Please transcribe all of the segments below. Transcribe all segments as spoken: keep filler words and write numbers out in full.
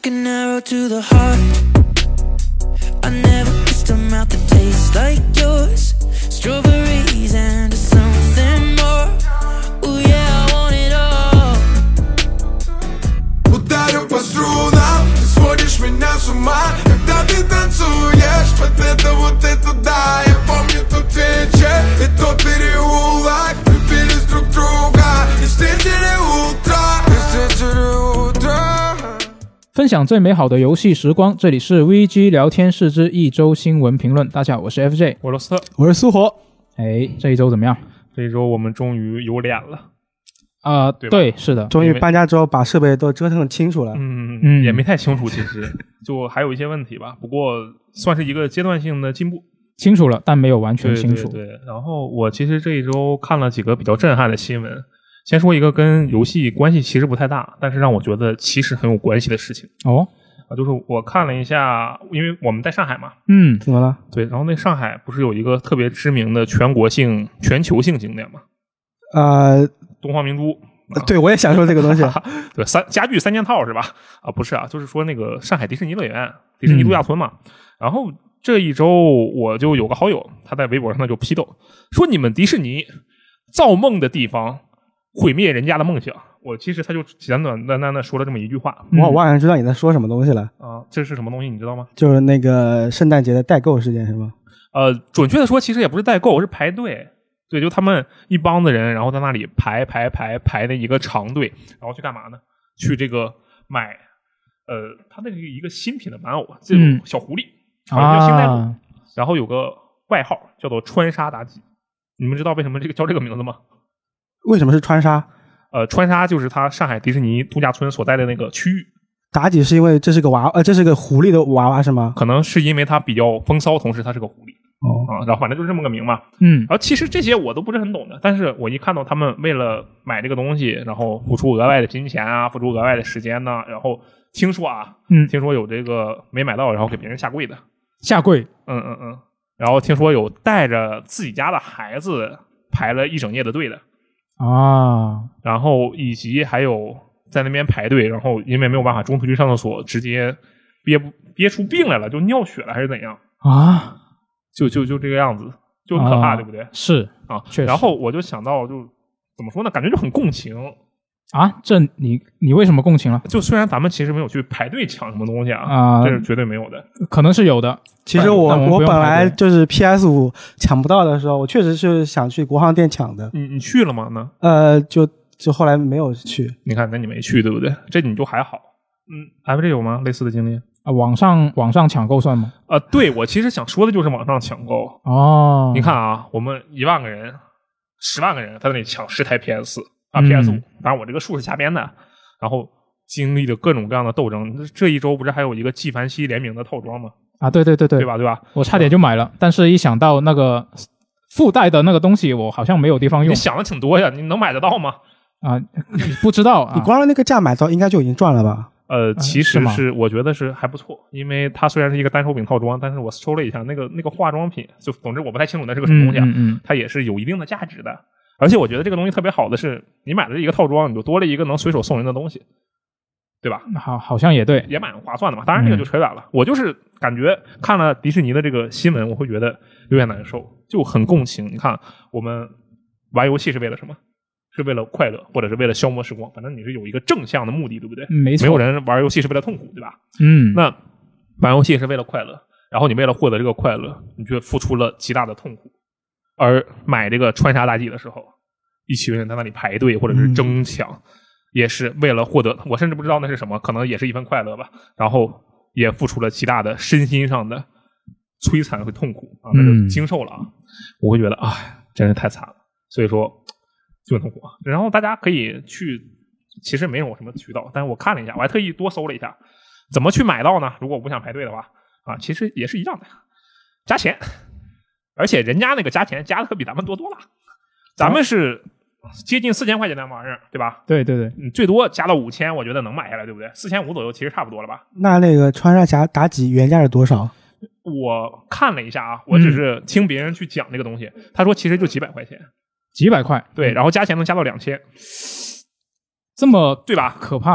like an arrow to the heart. I never kissed a mouth that tastes like yours. Strawberries and something more. Oh yeah, I want it all. Ударю по струнам, ты сводишь меня с ума. Когда ты танцуешь под это вот это да. Я помню тот вечер и тот переулок. Влюбились друг в друга и встретили утро. И встретили утро。 分享最美好的游戏时光，这里是 V G 聊天室之一周新闻评论。大家好，我是 F J， 我是罗斯特， 我是苏活。哎，这一周怎么样？ 这一周我们终于有脸了啊、呃！对，是的， 终于搬家之后把设备都折腾清楚了。 嗯嗯，也没太清楚，其实就还有一些问题吧。不过算是一个阶段性的进步， 清楚了，但没有完全清楚。 对对对。然后我其实这一周看了几个比较震撼的新闻。先说一个跟游戏关系其实不太大，但是让我觉得其实很有关系的事情。 哦， 啊，就是我看了一下，因为我们在上海嘛。 嗯， 怎么了？ 对，然后那上海不是有一个特别知名的全国性、全球性景点吗？ 呃， 东方明珠。 啊、对，我也想说这个东西。 对，三家具三件套是吧？啊，不是啊，就是说那个上海迪士尼乐园、迪士尼度假村嘛。嗯、然后这一周我就有个好友，他在微博上他就批斗说：“你们迪士尼造梦的地方。”毁灭人家的梦想，我其实他就简短单单的说了这么一句话。 我我好像知道你在说什么东西了啊，这是什么东西你知道吗？ 就是那个圣诞节的代购事件是吗？ 呃，准确的说，其实也不是代购，是排队。对，就他们一帮子人，然后在那里排排排排的一个长队，然后去干嘛呢？去这个买，呃，他那个一个新品的玩偶，这种小狐狸，好像叫星黛露、啊，然后有个外号叫做川沙妲己。你们知道为什么这个叫这个名字吗？ 为什么是川沙？ 呃，川沙就是它上海迪士尼度假村所在的那个区域。 妲己是因为这是个娃，呃，这是个狐狸的娃娃是吗？ 可能是因为它比较风骚，同时它是个狐狸。 哦， 啊，然后反正就是这么个名嘛。 嗯， 然后其实这些我都不是很懂的，但是我一看到他们为了买这个东西，然后付出额外的金钱啊，付出额外的时间呢，然后听说啊， 嗯， 听说有这个没买到，然后给别人下跪的。 下跪？ 嗯嗯嗯。然后听说有带着自己家的孩子排了一整夜的队的。 啊， 然后以及还有在那边排队，然后因为没有办法中途去上厕所，直接憋不憋出病来了，就尿血了还是怎样啊？ 就就就这个样子，就很可怕，啊、对不对？ 是啊， 确实。 然后我就想到就，就怎么说呢？感觉就很共情啊。这你你为什么共情了？ 就虽然咱们其实没有去排队抢什么东西啊， 啊， 这是绝对没有的。 可能是有的。 其实我我本来就是 P S 五 抢不到的时候，我确实是想去国行店抢的。 你你去了吗？呢？ 呃，就就后来没有去。 你看，那你没去，对不对？这你就还好。嗯 ，F J 有吗？类似的经历？ 啊，网上网上抢购算吗？ 啊，对，我其实想说的就是网上抢购。 哦， 你看啊，我们一万个人、十万个人，他在那里抢十台 P S 四啊 P S 五、嗯，当然我这个数是瞎编的。然后经历了各种各样的斗争，这一周不是还有一个纪梵希联名的套装吗？ 啊，对对对对， 对吧？对吧？ 我差点就买了，但是一想到那个附带的那个东西，我好像没有地方用。 你想的挺多呀，你能买得到吗？ 啊，不知道啊。 你光是那个价买到，应该就已经赚了吧？ 呃，其实是、啊、是我觉得是还不错，因为它虽然是一个单手柄套装，但是我搜了一下，那个那个化妆品，就总之我不太清楚那是个什么东西啊， 嗯嗯嗯、 它也是有一定的价值的。而且我觉得这个东西特别好的是，你买了一个套装，你就多了一个能随手送人的东西，对吧？ 好，好像也对， 也蛮划算的嘛。当然这个就扯远了，嗯、我就是感觉看了迪士尼的这个新闻，我会觉得有点难受，就很共情。你看，我们玩游戏是为了什么？是为了快乐，或者是为了消磨时光，反正你是有一个正向的目的，对不对？ 没错， 没有人玩游戏是为了痛苦，对吧？ 嗯， 那玩游戏是为了快乐，然后你为了获得这个快乐，你却付出了极大的痛苦。而买这个川沙妲己的时候，一群人在那里排队或者是争抢，嗯、也是为了获得，我甚至不知道那是什么，可能也是一份快乐吧。然后也付出了极大的身心上的摧残和痛苦啊，那就经受了啊。嗯、我会觉得，哎，真是太惨了。所以说。就很痛苦啊，然后大家可以去，其实没有什么渠道，但是我看了一下，我还特意多搜了一下，怎么去买到呢？如果我不想排队的话，啊，其实也是一样的，加钱，而且人家那个加钱加的可比咱们多多了，咱们是接近四千块钱的玩意儿，对吧？ 对对对， 嗯，最多加到五千，我觉得能买下来，对不对？四千五左右其实差不多了吧？ 那那个川沙妲己原价是多少？ 我看了一下啊，我只是听别人去讲这个东西，嗯、他说其实就几百块钱。 几百块， 对，然后加钱能加到两千， 这么对吧？ 可怕，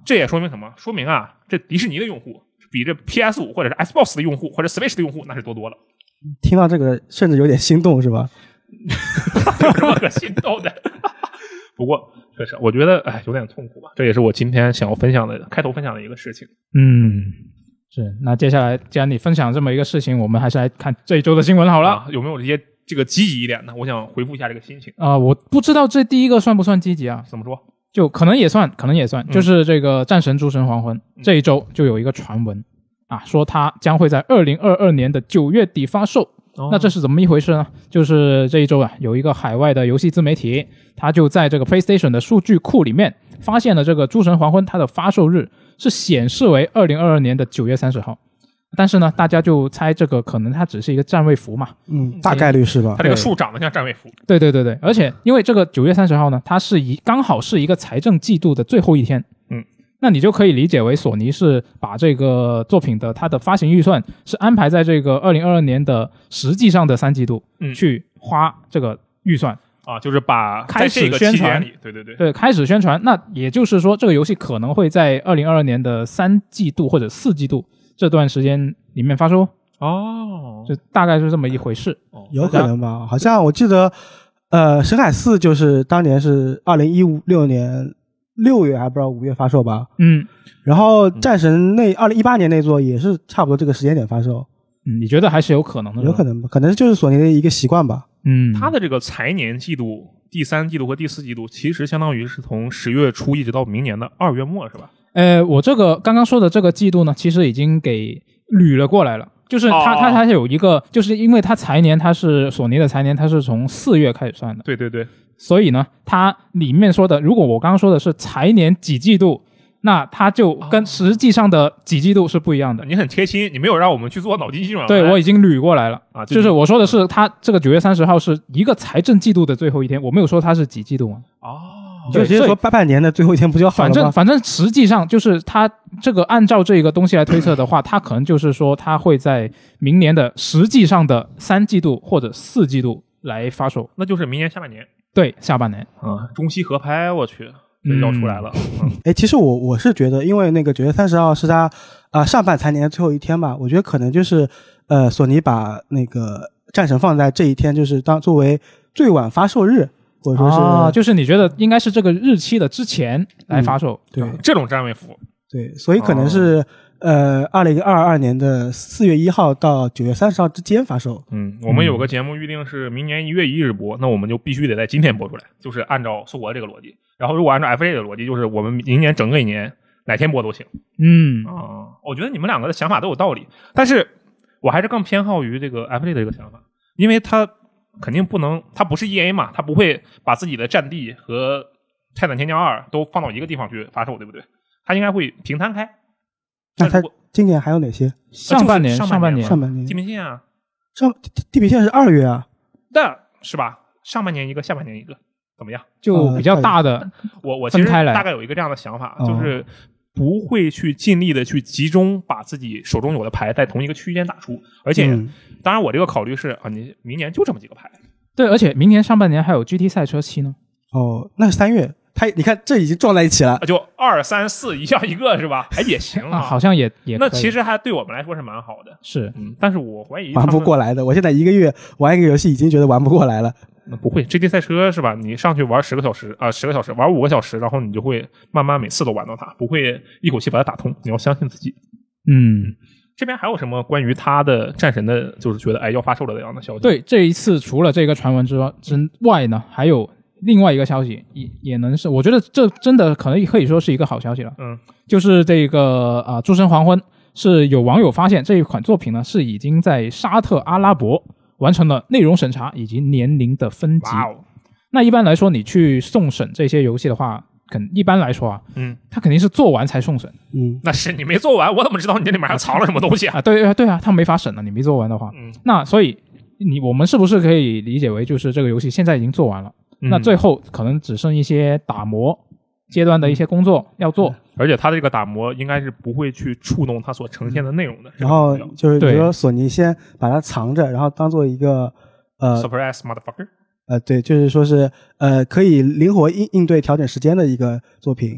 这也说明什么？说明啊，这迪士尼的用户比这 P S 五 或者是 Xbox 的用户或者 Switch 的用户那是多多了。 听到这个甚至有点心动是吧？ 有什么可心动的？不过确实，我觉得哎有点痛苦吧。这也是我今天想要分享的开头分享的一个事情。 嗯，是。那接下来既然你分享这么一个事情，我们还是来看这一周的新闻好了。 啊、有没有这些这个积极一点的？我想回复一下这个心情啊、呃。我不知道这第一个算不算积极啊？ 怎么说？ 就可能也算，可能也算。嗯、就是这个《战神：诸神黄昏》嗯、这一周就有一个传闻啊，说它将会在二零二二年的九月底发售。哦、那这是怎么一回事呢？就是这一周啊，有一个海外的游戏自媒体，他就在这个 PlayStation 的数据库里面发现了这个《诸神黄昏》它的发售日是显示为二零二二年的九月三十号。但是呢，大家就猜这个可能它只是一个占位符嘛， 嗯，大概率是吧？ 它这个数长得像占位符。 对对对对，而且因为这个九月三十号呢，它是一刚好是一个财政季度的最后一天， 嗯。 那你就可以理解为索尼是把这个作品的它的发行预算是安排在这个二零二二年的实际上的三季度去花这个预算、 嗯、啊，就是把开始宣传， 对对对对，开始宣传。那也就是说，这个游戏可能会在二零二二年的三季度或者四季度这段时间里面发售哦， 就大概是这么一回事。 有可能吧？好像我记得，呃，深海四就是当年是二零一六年。六月还不知道五月发售吧， 嗯， 然后战神那二零一八年那座也是差不多这个时间点发售， 嗯，你觉得还是有可能的？ 有可能吧，可能就是索尼的一个习惯吧， 嗯， 它的这个财年季度、第三季度和第四季度，其实相当于是从十月初一直到明年的二月末，是吧？ 呃，我这个刚刚说的这个季度呢，其实已经给捋了过来了。就是它，它它有一个，就是因为它财年，它是索尼的财年，它是从四月开始算的。 对对对。 所以呢，它里面说的，如果我刚刚说的是财年几季度，那它就跟实际上的几季度是不一样的。 你很贴心，你没有让我们去做脑筋急转弯。 对，我已经捋过来了啊， 就是我说的是，它这个九月三十号是一个财政季度的最后一天，我没有说它是几季度嘛。 哦。 就直接说半半年的最后一天不就好了吗？ 反正反正实际上就是它这个按照这个东西来推测的话，它可能就是说它会在明年的实际上的三季度或者四季度来发售， 那就是明年下半年。 对，下半年啊，中西合拍，我去，这要出来了。 嗯，哎、嗯，其实我我是觉得，因为那个九月三十号是它啊、呃、上半财年的最后一天吧，我觉得可能就是呃索尼把那个战神放在这一天，就是当作为最晚发售日。或者说是、 哦，就是你觉得应该是这个日期的之前来发售， 嗯、对、 啊，这种占位符， 对，所以可能是、哦、呃，二零二二年的四月一号到九月三十号之间发售。 嗯，我们有个节目预定是明年一月一日播，嗯、那我们就必须得在今天播出来，就是按照苏国这个逻辑。然后如果按照 F A 的逻辑，就是我们明年整个一年哪天播都行。 嗯， 啊，我觉得你们两个的想法都有道理，但是我还是更偏好于这个 F A 的这个想法，因为它。肯定不能，它不是 E A 嘛，它不会把自己的战地和《泰坦天降二》都放到一个地方去发售，对不对？它应该会平摊开。 那它今年还有哪些？ 上半年， 上半年， 上半年。 地平线啊， 上地平线是二月啊， 那是吧？上半年一个，下半年一个，怎么样？ 就比较大的。 呃、我我其实大概有一个这样的想法， 哦、 就是不会去尽力的去集中把自己手中有的牌在同一个区间打出，而且。嗯当然，我这个考虑是啊，你明年就这么几个牌。 对，而且明年上半年还有 G T 赛车七呢。 哦，那是三月，它你看这已经撞在一起了， 就二三四一样一个是吧？哎，也行啊， 啊好像也也那其实还对我们来说是蛮好的。 是， 嗯，但是我怀疑玩不过来的。我现在一个月玩一个游戏已经觉得玩不过来了。 那不会 ，G T 赛车是吧？你上去玩十个小时啊，十个小时玩五个小时，然后你就会慢慢每次都玩到它，不会一口气把它打通。你要相信自己。 嗯。 这边还有什么关于他的战神的，就是觉得哎要发售的这样的消息？ 对，这一次除了这个传闻之外之外呢，还有另外一个消息，也也能是，我觉得这真的可能可以说是一个好消息了。 嗯， 就是这个啊，诸神黄昏是有网友发现这一款作品呢是已经在沙特阿拉伯完成了内容审查以及年龄的分级。 哇哦！ 那一般来说，你去送审这些游戏的话。肯一般来说啊， 嗯， 他肯定是做完才送审， 嗯， 那是你没做完，我怎么知道你这里面还藏了什么东西啊？ 啊，对啊，对啊，他没法审了，你没做完的话， 嗯， 那所以你我们是不是可以理解为就是这个游戏现在已经做完了， 嗯、 那最后可能只剩一些打磨阶段的一些工作要做， 而且他这个打磨应该是不会去触动他所呈现的内容的。 然后就是比如说索尼先把它藏着，然后当做一个呃 surprise motherfucker。 呃，对，就是说是呃，可以灵活应应对调整时间的一个作品。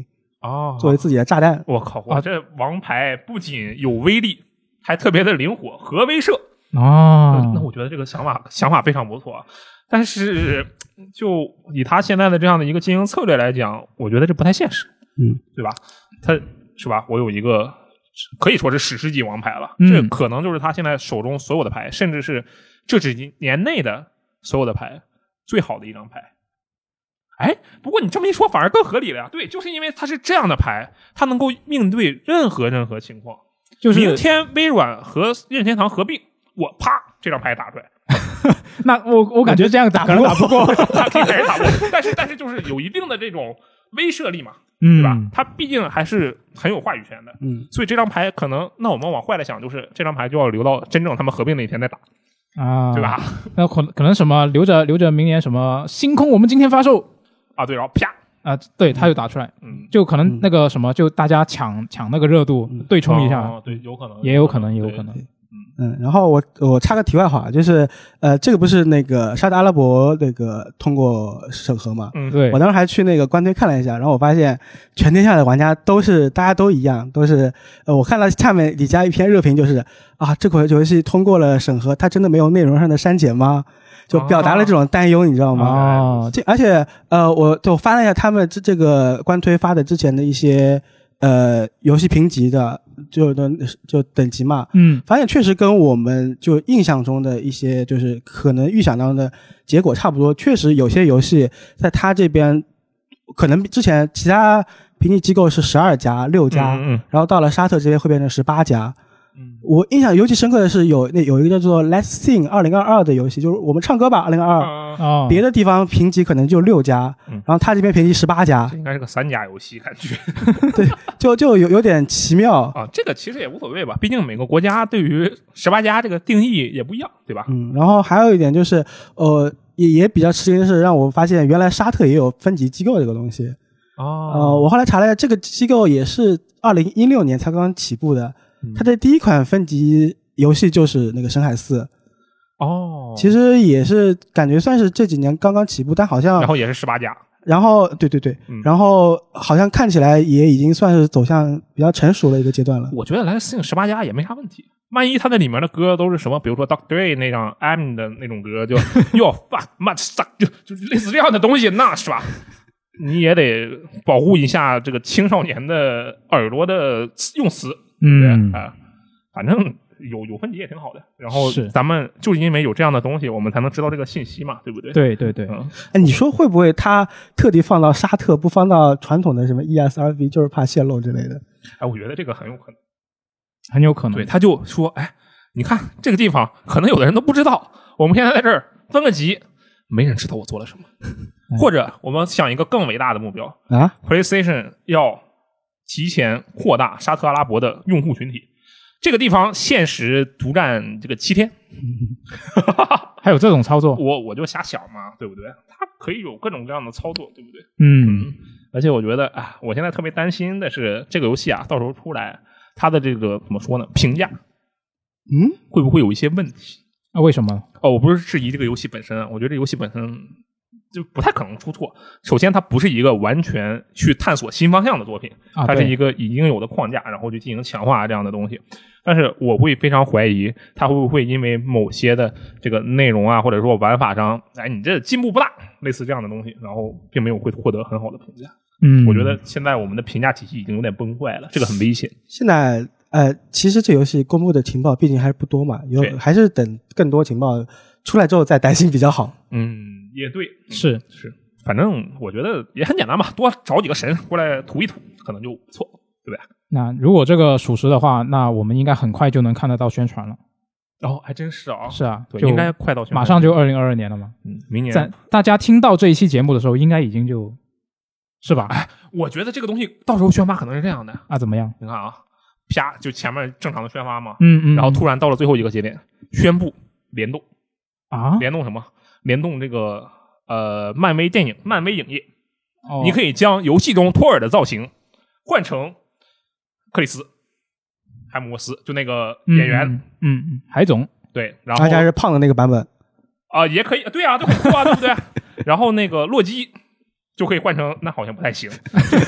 哦， 作为自己的炸弹。 我靠，我这王牌不仅有威力，还特别的灵活，核威慑。 哦， 那我觉得这个想法想法非常不错啊。但是就以他现在的这样的一个经营策略来讲，我觉得这不太现实， 嗯， 对吧？他是吧？我有一个可以说是史诗级王牌了， 嗯这可能就是他现在手中所有的牌，甚至是这几年内的所有的牌最好的一张牌。哎，不过你这么一说反而更合理了呀。对，就是因为它是这样的牌，它能够应对任何任何情况。 就是明天微软和任天堂合并，我啪这张牌打出来。 那我我感觉这样打可能打不过， 他可以开始打过，但是但是就是有一定的这种威慑力嘛， 嗯， 对吧？他毕竟还是很有话语权的， 嗯， 所以这张牌可能，那我们往坏了想，就是这张牌就要留到真正他们合并那一天再打啊， 对吧？ 那可可能什么留着留着明年什么星空，我们今天发售啊，对，然后啪啊，对，他就打出来， 嗯， 就可能那个什么，就大家抢抢那个热度， 嗯对冲一下， 哦，对，有可能， 也有可能，也有可能。 嗯，然后我我插个题外话，就是呃，这个不是那个沙特阿拉伯那个通过审核嘛？ 嗯， 对， 我当时还去那个官推看了一下，然后我发现全天下的玩家都是大家都一样，都是呃，我看到下面底下一篇热评就是啊，这款游戏通过了审核，它真的没有内容上的删减吗？就表达了这种担忧，你知道吗？ 哦， 这而且呃，我就翻了一下他们这这个官推发的之前的一些呃游戏评级的。就就等级嘛， 嗯， 发现确实跟我们就印象中的一些就是可能预想到的结果差不多。确实有些游戏在他这边，可能之前其他评级机构是十二家、六家， 嗯嗯， 然后到了沙特这边会变成十八家。 嗯， 我印象尤其深刻的是有那有一个叫做 Let's Sing 二零二二的游戏，就是我们唱歌吧二零二二， 哦， 别的地方评级可能就六家， 嗯， 然后他这边评级十八家， 这应该是个三家游戏感觉。 对，就就有有点奇妙啊。这个其实也无所谓吧，毕竟每个国家对于十八家这个定义也不一样，对吧？ 嗯，然后还有一点就是，呃，也也比较吃惊的是，让我发现原来沙特也有分级机构这个东西。 哦， 呃，我后来查了一下，这个机构也是二零一六年才刚刚起步的。它的第一款分级游戏就是那个深海四， 哦， 其实也是感觉算是这几年刚刚起步，但好像然后也是十八家， 然后对对对、嗯，然后好像看起来也已经算是走向比较成熟的一个阶段了。 我觉得来适应十八家也没啥问题，万一它那里面的歌都是什么，比如说 Doctor Dre 那张 M 的那种歌，就 Yo fuck much suck， 就就类似这样的东西，那是吧？你也得保护一下这个青少年的耳朵的用词。 嗯啊、呃，反正有有分级也挺好的。然后咱们就是因为有这样的东西，我们才能知道这个信息嘛，对不对？ 对对对。 嗯， 哎，你说会不会他特地放到沙特，不放到传统的什么 E S R B， 就是怕泄露之类的？ 哎，我觉得这个很有可能， 很有可能。 对，他就说，哎，你看这个地方，可能有的人都不知道，我们现在在这儿分个级，没人知道我做了什么。或者我们想一个更伟大的目标啊 ，PlayStation 要提前扩大沙特阿拉伯的用户群体，这个地方限时独占这个七天， 还有这种操作， 我我就瞎想嘛，对不对？它可以有各种各样的操作，对不对？ 嗯， 嗯而且我觉得啊，我现在特别担心的是这个游戏啊，到时候出来，它的这个怎么说呢？评价， 嗯， 会不会有一些问题？ 啊，为什么？ 哦，我不是质疑这个游戏本身，我觉得这游戏本身就不太可能出错。首先，它不是一个完全去探索新方向的作品， 啊、 它是一个已经有的框架，然后去进行强化这样的东西。但是我会非常怀疑，它会不会因为某些的这个内容啊，或者说玩法上，哎，你这进步不大，类似这样的东西，然后并没有会获得很好的评价。 嗯， 我觉得现在我们的评价体系已经有点崩坏了，这个很危险。 现在呃，其实这游戏公布的情报毕竟还是不多嘛，有还是等更多情报出来之后再担心比较好。 嗯，也对， 是是，反正我觉得也很简单嘛，多找几个神过来涂一涂，可能就不错，对不对？ 那如果这个属实的话，那我们应该很快就能看得到宣传了。 哦，还真是啊， 是啊， 对，应该快到宣传， 马上就二零二二年了嘛。 嗯，明年在大家听到这一期节目的时候，应该已经就是吧？ 哎，我觉得这个东西到时候宣发可能是这样的啊，怎么样？ 你看啊，啪，就前面正常的宣发嘛， 嗯嗯， 然后突然到了最后一个节点，宣布联动啊， 联动什么？联动这个呃，漫威电影、漫威影业， 哦、 你可以将游戏中托尔的造型换成克里斯·海姆沃斯，就那个演员， 嗯嗯嗯，海总， 对，然后而且还是胖的那个版本啊、呃，也可以，对啊，就很酷啊，对不对？然后那个洛基就可以换成那好像不太行。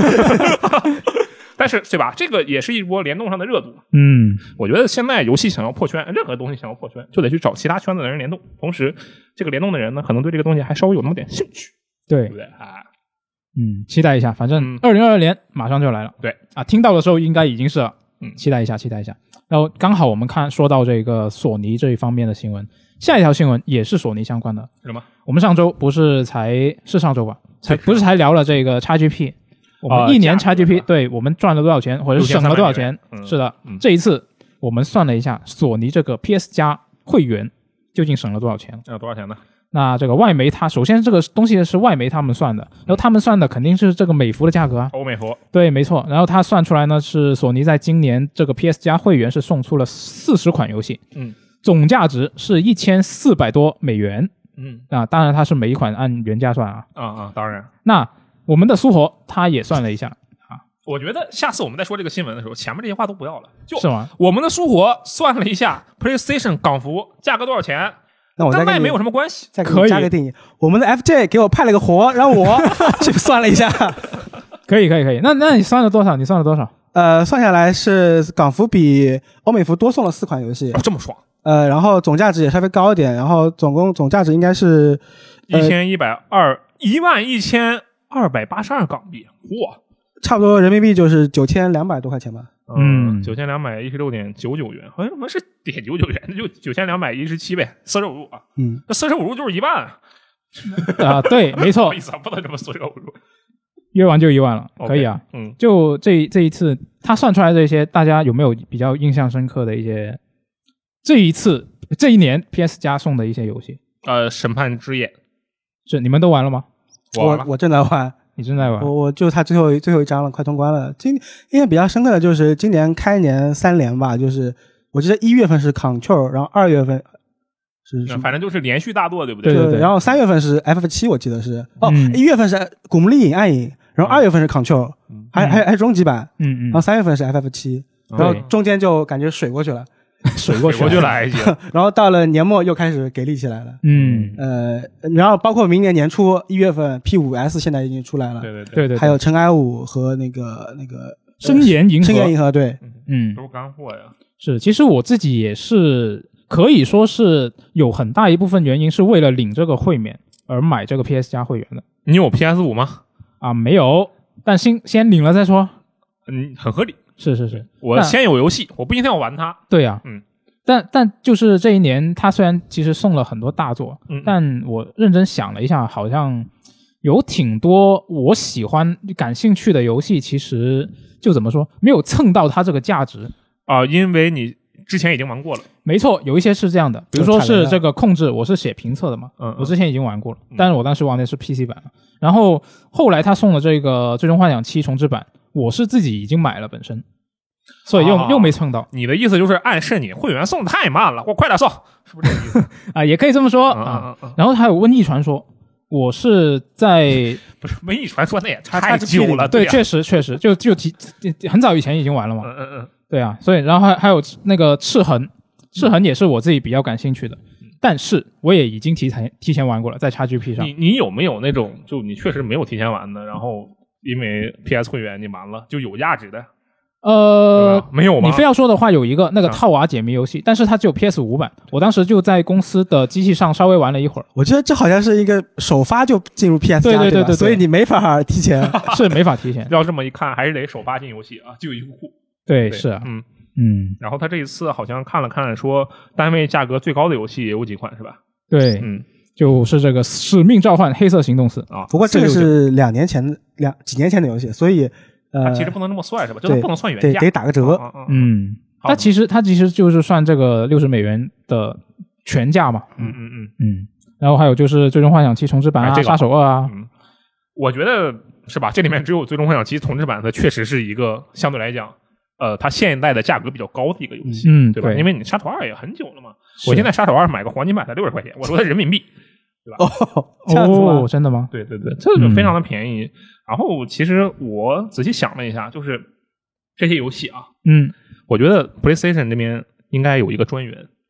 但是对吧？这个也是一波联动上的热度。 嗯， 我觉得现在游戏想要破圈，任何东西想要破圈，就得去找其他圈子的人联动。同时，这个联动的人呢，可能对这个东西还稍微有那么点兴趣， 对对不对啊？ 嗯，期待一下，反正嗯二零二二年马上就来了。 对啊，听到的时候应该已经是了。 嗯， 期待一下，期待一下。然后刚好我们看说到这个索尼这一方面的新闻，下一条新闻也是索尼相关的。 什么？ 我们上周不是才是上周吧？才不是才聊了这个 XGP。我们啊一年价格 XGP，、对我们赚了多少钱，或者省了多少钱？ 嗯、 是的、 嗯， 这一次我们算了一下，索尼这个 P S 加会员究竟省了多少钱？ 要多少钱呢？ 那这个外媒它首先这个东西是外媒他们算的，然后他们算的肯定是这个美服的价格啊。 欧美服。 对，没错。然后他算出来呢，是索尼在今年这个 P S 加会员是送出了四十款游戏， 嗯， 总价值是一千四百多美元。 嗯， 啊，当然它是每一款按原价算啊。 啊啊，当然。 那我们的苏活他也算了一下。 我觉得下次我们再说这个新闻的时候，前面这些话都不要了，就是吗？ 我们的苏活算了一下 PlayStation 港服价格多少钱， 那我再跟卖没有什么关系。 再给你加个定义，我们的 F J 给我派了个活，让我去算了一下。 可以可以可以，那那你算了多少？你算了多少？ 呃，算下来是港服比欧美服多送了四款游戏。 哦，这么爽。 呃，然后总价值也稍微高一点，然后总共总价值应该是一千一百二一万一千二百八十二港币，嚯！ 差不多人民币就是九千两百多块钱吧。 嗯，九千两百一十六点九九元，好像什么是点九九元，那就九千两百一十七呗，四舍五入啊。 嗯， 那四舍五入就是一万啊，对，没错。 不好意思啊，不能这么四舍五入。 约完就一万了，可以啊。 嗯， 就这这一次他算出来这些，大家有没有比较印象深刻的一些？这一次这一年 P S 加送的一些游戏？ 呃，审判之夜是你们都玩了吗？ 我玩了我我正在玩。 你正在玩？ 我我就他最后最后一章了，快通关了。今印象比较深刻的就是今年开年三连吧，就是我记得一月份是 Control， 然后二月份是什么？ 反正就是连续大作，对不对？对对对。 然后三月份是 F 七， 我记得是哦， 嗯、 一月份是古墓丽影暗影，然后二月份是 Control，、嗯、还还还是终极版， 嗯嗯， 然后三月份是 F 七， 然后中间就感觉水过去了。 水过去了，来一些， 然后到了年末又开始给力起来了。 嗯， 呃，然后包括明年年初一月份 P 五 S 现在已经出来了， 对对对对， 还有尘埃五和那个那个深岩银河， 深岩银河，对， 嗯， 都是干货呀。 是，其实我自己也是可以说是有很大一部分原因是为了领这个会免而买这个 P S 加会员的。 你有 P S 五吗？ 啊，没有，但先先领了再说。 嗯，很合理。 是是是， 我先有游戏，我不一定要玩它。 对呀、啊， 嗯。 但但就是这一年，他虽然其实送了很多大作， 嗯， 但我认真想了一下，好像有挺多我喜欢、感兴趣的游戏，其实就怎么说，没有蹭到它这个价值啊、呃，因为你之前已经玩过了。 没错，有一些是这样的，比如说是这个控制，我是写评测的嘛， 嗯， 我之前已经玩过了，嗯、但是我当时玩的是 P C 版，然后后来他送了这个《最终幻想七重置版》，我是自己已经买了本身。所以又、 啊、 又没蹭到。 你的意思就是暗示你会员送的太慢了，我快点送，是不是这个意思啊？也可以这么说、 嗯、啊、 嗯。然后还有瘟疫传说，我是在不是瘟疫传说那也太久了， 对， 对、啊， 确实确实就就提很早以前已经玩了嘛。 嗯嗯嗯， 对啊，所以然后还还有那个赤痕，赤痕也是我自己比较感兴趣的，嗯、但是我也已经提前提前玩过了，在 X G P 上。 你你有没有那种就你确实没有提前玩的，然后因为 P S 会员你玩了就有价值的？ 呃， 没有吗？ 你非要说的话，有一个那个套娃解谜游戏，啊、但是它只有 P S 五 版。我当时就在公司的机器上稍微玩了一会儿。 我觉得这好像是一个首发就进入 P S 加，对对对 对, 对， 所以你没法提前， 是没法提前。 要这么一看，还是得首发进游戏啊，就一个库。 对，是啊， 嗯嗯。 然后他这一次好像看了看，说单位价格最高的游戏也有几款，是吧？ 对， 嗯， 就是这个《使命召唤：黑色行动四》 啊。 不过这个是两年前两几年前的游戏，所以。呃， 其实不能这么算是吧？这都不能算原价， 得打个折。 啊啊、 嗯，它其实它其实就是算这个六十美元的全价嘛。 嗯嗯嗯嗯。然后还有就是《最终幻想七重置版》啊， 哎这个、 杀手二啊。 嗯，我觉得是吧？这里面只有《最终幻想七重置版》的确实是一个相对来讲，呃，它现代的价格比较高的一个游戏， 嗯， 对吧？ 对因为你杀手二也很久了嘛。我现在杀手二买个黄金版才六十块钱，我说的人民币。对吧？ 哦，这样子吗？ 哦，真的吗？ 对对对，这个非常的便宜。嗯、然后其实我仔细想了一下，就是这些游戏啊， 嗯， 我觉得 PlayStation 这边应该有一个专员，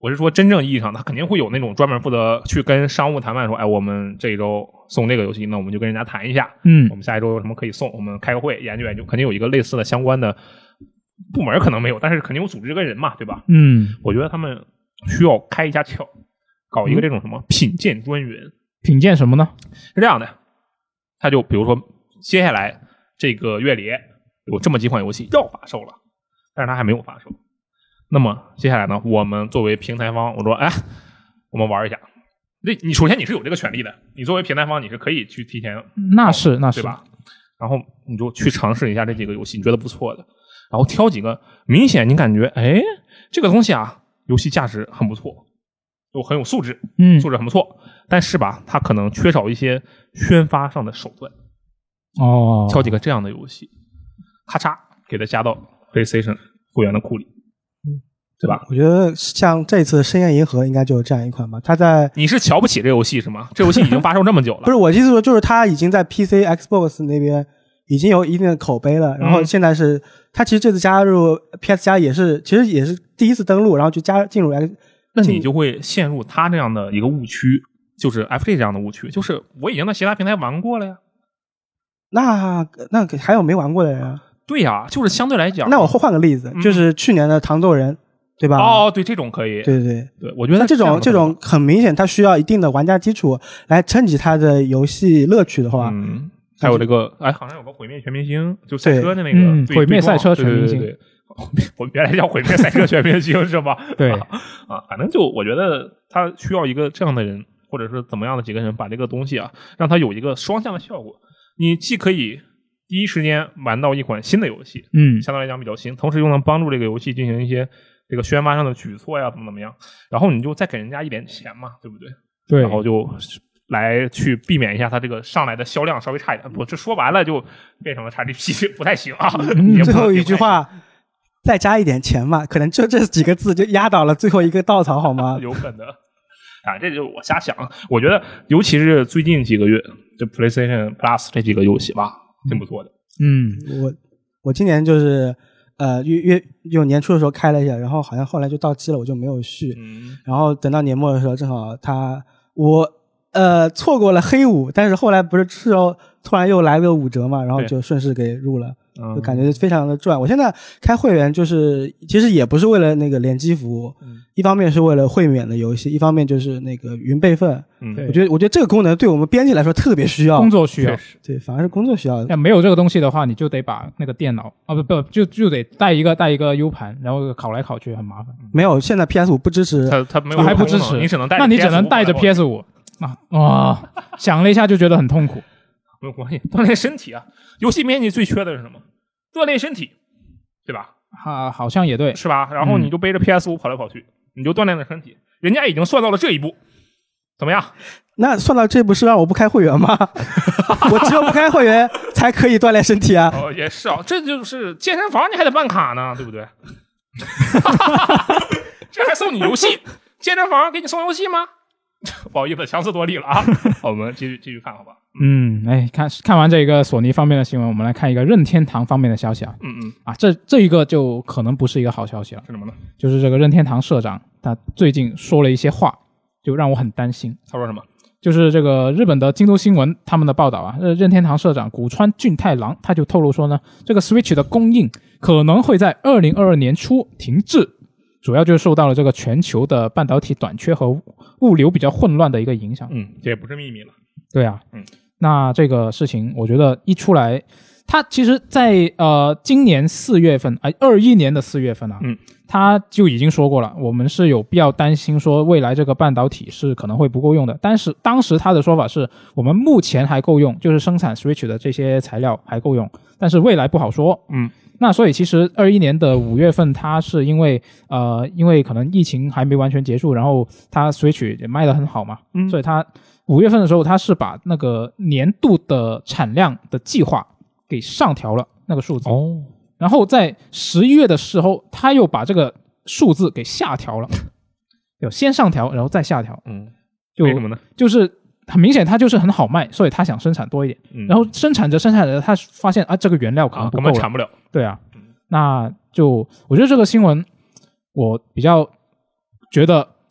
我是说真正意义上，他肯定会有那种专门负责去跟商务谈判说，哎，我们这一周送这个游戏，那我们就跟人家谈一下， 嗯我们下一周有什么可以送，我们开个会研究研究，肯定有一个类似的相关的部门，可能没有，但是肯定有组织跟人嘛，对吧？ 嗯， 我觉得他们需要开一家窍，搞一个这种什么品鉴专员。 品鉴什么呢？ 是这样的，他就比如说接下来这个月里有这么几款游戏要发售了，但是它还没有发售。那么接下来呢，我们作为平台方，我说，哎，我们玩一下。那你首先你是有这个权利的，你作为平台方你是可以去提前， 那是那是对吧？然后你就去尝试一下这几个游戏，你觉得不错的，然后挑几个明显你感觉，哎，这个东西啊，游戏价值很不错，就很有素质， 嗯素质很不错，但是吧，它可能缺少一些宣发上的手段。 哦， 挑几个这样的游戏，咔嚓给它加到 PlayStation 会员的库里，对吧？ 我觉得像这次《深渊银河》应该就是这样一款吧。它在你是瞧不起这游戏是吗？这游戏已经发售这么久了。 不是我意思说，就是它已经在 P C、Xbox 那边已经有一定的口碑了。然后现在是它其实这次加入 P S 加也是，其实也是第一次登陆，然后就加进入 X。 那你就会陷入它这样的一个误区，就是 F G 这样的误区，就是我已经在其他平台玩过了呀。 那那还有没玩过的人啊？ 对呀、啊，就是相对来讲。 那我换个例子，嗯、就是去年的《糖豆人》，对吧？ 哦，对，这种可以。 对对对，我觉得这种这种很明显，它需要一定的玩家基础来撑起它的游戏乐趣的话， 嗯，还有这个，哎，好像有个《毁灭全明星》，就赛车的那个嗯《毁灭赛车全明星》。 对对对对我们原来叫《毁灭赛车全明星》是吧？ 对啊，反正就我觉得他需要一个这样的人，或者是怎么样的几个人，把这个东西啊，让它有一个双向的效果。你既可以第一时间玩到一款新的游戏， 嗯， 相对来讲比较新，同时又能帮助这个游戏进行一些这个宣发上的举措呀，怎么怎么样，然后你就再给人家一点钱嘛，对不对？ 对， 然后就来去避免一下它这个上来的销量稍微差一点。我这说白了就变成了 X G P 不太行啊。 嗯、 最后一句话，再加一点钱嘛，可能就这几个字就压倒了最后一个稻草，好吗？ 有可能啊，这就是我瞎想。我觉得尤其是最近几个月，这 PlayStation Plus 这几个游戏吧，挺不错的。 嗯， 我我今年就是呃月月就年初的时候开了一下，然后好像后来就到期了，我就没有续。 嗯， 然后等到年末的时候，正好他我呃错过了黑五，但是后来不是之后突然又来个五折嘛，然后就顺势给入了。就感觉非常的赚。我现在开会员就是其实也不是为了那个联机服务，嗯、一方面是为了会免的游戏，一方面就是那个云备份。 嗯， 我觉得我觉得这个功能对我们编辑来说特别需要， 工作需要。 对，反而是工作需要。 要没有这个东西的话，你就得把那个电脑啊不不就就得带一个带一个 U 盘，然后拷来拷去很麻烦。 没有，现在 P S 五 不支持， 它它没有还不支持， 你只能带， 那你只能带着 P S 五啊啊！想了一下就觉得很痛苦。 没有关系，锻炼身体啊。游戏编辑最缺的是什么？锻炼身体，对吧？ 啊，好像也对， 是吧？然后你就背着 P S 五 跑来跑去，嗯、你就锻炼了身体。人家已经算到了这一步，怎么样？ 那算到这步是让我不开会员吗？我只有不开会员才可以锻炼身体啊！ 哦，也是啊，这就是健身房你还得办卡呢，对不对？这还送你游戏，健身房给你送游戏吗？不好意思，强词夺理了啊！好，我们继续继续看，好吧？ 嗯，哎，看看完这个索尼方面的新闻，我们来看一个任天堂方面的消息啊。 嗯嗯， 啊，这这一个就可能不是一个好消息了。 是什么呢？ 就是这个任天堂社长他最近说了一些话，就让我很担心。 他说什么？ 就是这个日本的京都新闻他们的报道啊，任天堂社长古川俊太郎他就透露说呢，这个 Switch 的供应可能会在二零二二年初停滞。主要就是受到了这个全球的半导体短缺和物流比较混乱的一个影响。 嗯，这也不是秘密了。 对啊， 嗯， 那这个事情我觉得一出来，他其实在呃今年四月份，哎、呃，二一年的四月份啊， 嗯， 他就已经说过了，我们是有必要担心说未来这个半导体是可能会不够用的。但是当时他的说法是我们目前还够用，就是生产 Switch 的这些材料还够用，但是未来不好说。 嗯。 那所以其实二一年的五月份，它是因为呃，因为可能疫情还没完全结束，然后它 Switch 也卖得很好嘛，嗯，所以它五月份的时候，它是把那个年度的产量的计划给上调了那个数字， 哦， 然后在十一月的时候，它又把这个数字给下调了，有先上调，然后再下调， 嗯， 就为什么呢？ 就是很明显，它就是很好卖，所以他想生产多一点， 嗯、 然后生产着生产着，他发现啊，这个原料可能不够了， 啊、根本产不了。 对啊，那就我觉得这个新闻，我比较觉得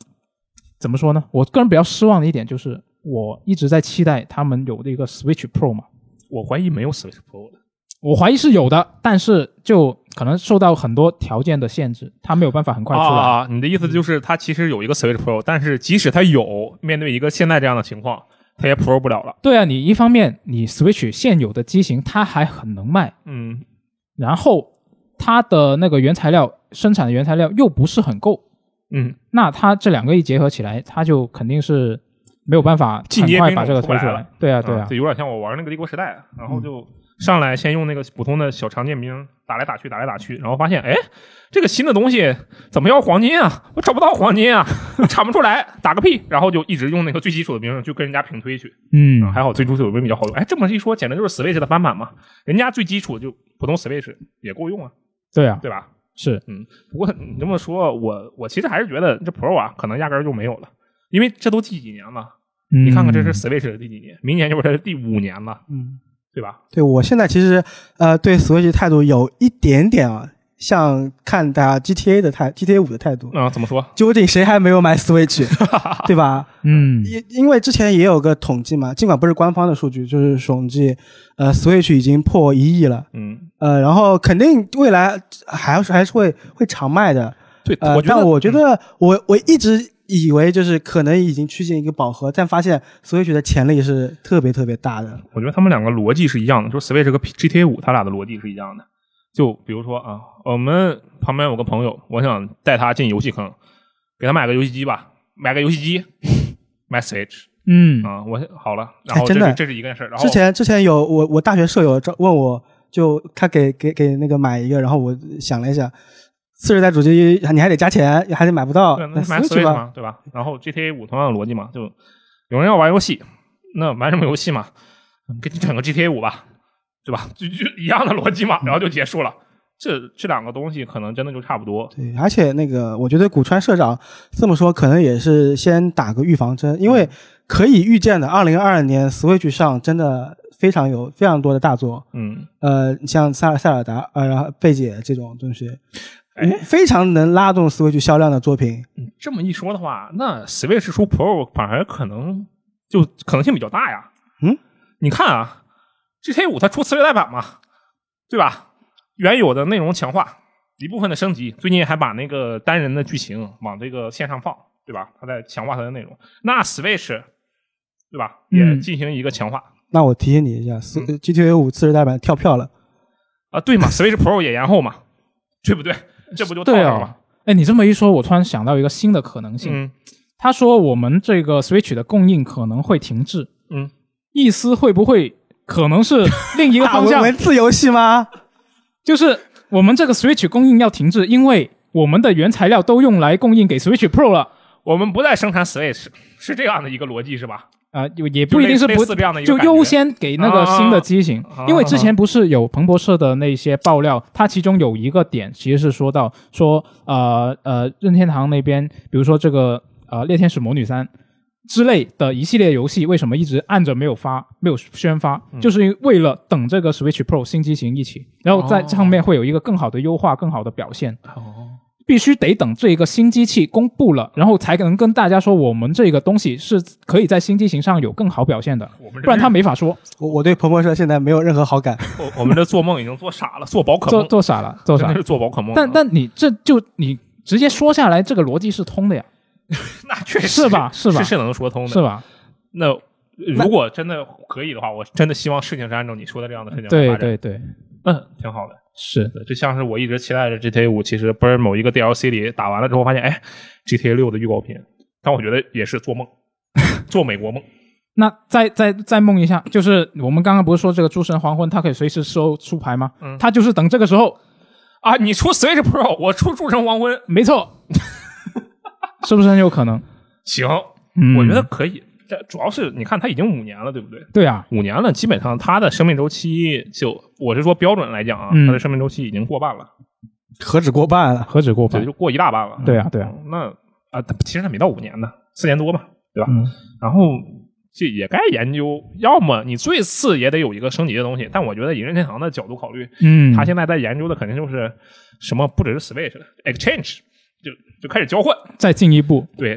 怎么说呢？我个人比较失望的一点就是，我一直在期待他们有这个 Switch Pro 嘛， 我怀疑没有 Switch Pro 的。 我怀疑是有的，但是就可能受到很多条件的限制，它没有办法很快出来。 啊，你的意思就是它其实有一个 Switch Pro， 但是即使它有，面对一个现在这样的情况，它也 Pro 不了了。 对啊，你一方面你 Switch 现有的机型它还很能卖， 嗯， 然后它的那个原材料生产的原材料又不是很够， 嗯， 那它这两个一结合起来，它就肯定是没有办法很快把这个推出来。对啊，对啊， 就有点像我玩那个帝国时代，然后就。上来先用那个普通的小长剑兵打来打去打来打去，然后发现哎，这个新的东西怎么要黄金啊？我找不到黄金啊，产不出来，打个屁！然后就一直用那个最基础的兵就跟人家平推去。 嗯， 啊、还好最基础的兵比较好用。哎，这么一说，简直就是 Switch 的翻版嘛！人家最基础就普通 Switch 也够用啊。 对啊， 对吧？ 是， 嗯。不过你这么说，我我其实还是觉得这 Pro 啊，可能压根儿就没有了，因为这都第几年了？嗯、你看看这是 Switch 的第几年？明年就是它的第五年了。 嗯。 对吧？ 对，我现在其实呃对 Switch 态度有一点点啊，像看大家 G T A 的态 G T A 五的态度啊、嗯，怎么说？ 究竟谁还没有买 Switch， 对吧？ 嗯， 因因为之前也有个统计嘛，尽管不是官方的数据，就是统计，呃 ，Switch 已经破一亿了， 嗯， 呃，然后肯定未来还是还是会会常卖的， 对， 呃， 我觉得但我觉得我我一直以为就是可能已经趋近一个饱和，但发现 Switch 的潜力是特别特别大的。 我觉得他们两个逻辑是一样的，就是 Switch 和 G T A 五，他俩的逻辑是一样的。就比如说啊，我们旁边有个朋友，我想带他进游戏坑，给他买个游戏机吧，买个游戏机，买 Switch， 嗯啊，我好了，然后这是、哎、这是一件事。然后之前之前有我我大学舍友问我，就他给给给那个买一个，然后我想了一下。次世代主机你还得加钱，还得买不到， 对，那买 Switch 嘛，对吧？然后 G T A 五同样的逻辑嘛，就有人要玩游戏，那玩什么游戏嘛？给你整个 G T A 五吧，对吧？就就一样的逻辑嘛，然后就结束了。这这两个东西可能真的就差不多。 对，而且那个我觉得古川社长这么说，可能也是先打个预防针，因为可以预见的，二零二二年 Switch 上真的非常有非常多的大作， 嗯， 呃，像塞尔塞尔达，呃，然后贝姐这种东西。 哎， 非常能拉动 Switch 销量的作品。 嗯，这么一说的话，那 Switch 出 Pro 反而可能就可能性比较大呀。 嗯， 你看啊 ，G T A 五它出次世代版嘛，对吧？原有的内容强化，一部分的升级，最近还把那个单人的剧情往这个线上放，对吧？它在强化它的内容。那 Switch 对吧，也进行一个强化。 嗯、那我提醒你一下、嗯、，G T A 五次世代版跳票了啊，对嘛 ？Switch Pro 也延后嘛，对不对？这不就套上了吗？ 哎、哦，你这么一说，我突然想到一个新的可能性。 嗯， 他说我们这个 Switch 的供应可能会停滞。 嗯， 意思会不会可能是另一个方向？ 文字游戏吗？ 就是我们这个 Switch 供应要停滞，因为我们的原材料都用来供应给 Switch Pro 了， 我们不再生产 Switch， 是这样的一个逻辑是吧？ 啊、呃，也不一定是不这样的一个就优先给那个新的机型、 啊， 因为之前不是有彭博社的那些爆料，它其中有一个点其实是说到说呃呃任天堂那边，比如说这个呃猎天使魔女三之类的一系列游戏，为什么一直按着没有发没有宣发、嗯，就是为了等这个 Switch Pro 新机型一起，然后在上面会有一个更好的优化、更好的表现。 哦。 必须得等这个新机器公布了，然后才能跟大家说我们这个东西是可以在新机型上有更好表现的，不然他没法说。 我我对彭博社现在没有任何好感。 我我们这做梦已经做傻了，做宝可梦做做傻了，做傻了， 真的是做宝可梦。 但但你这就你直接说下来，这个逻辑是通的呀。 那确实是吧？是吧？ 是是能说通的， 是吧？ 那如果真的可以的话，我真的希望事情是按照你说的这样的事情来对发展。 对对， 嗯，挺好的。 是的，这像是我一直期待着 G T A 五，其实不是某一个 D L C 里打完了之后发现，哎 ，G T A 六的预告片，但我觉得也是做梦，做美国梦。 那再再再梦一下，就是我们刚刚不是说这个诸神黄昏它可以随时收出牌吗？嗯，它就是等这个时候啊，你出 Switch Pro， 我出诸神黄昏， 没错，是不是很有可能？ 行， 嗯、 我觉得可以。这主要是你看它已经五年了，对不对？ 对啊， 五年了，基本上它的生命周期就，我是说标准来讲啊， 嗯、 它的生命周期已经过半了。 何止过半了？ 何止过半？ 对，就过一大半了。 对啊，对啊。 嗯、那啊，其实它没到五年呢，四年多嘛，对吧？ 嗯、 然后这也该研究，要么你最次也得有一个升级的东西。但我觉得以任天堂的角度考虑， 嗯， 他现在在研究的肯定就是什么，不只是 Switch 的 Exchange， 就就开始交换， 再进一步。 对。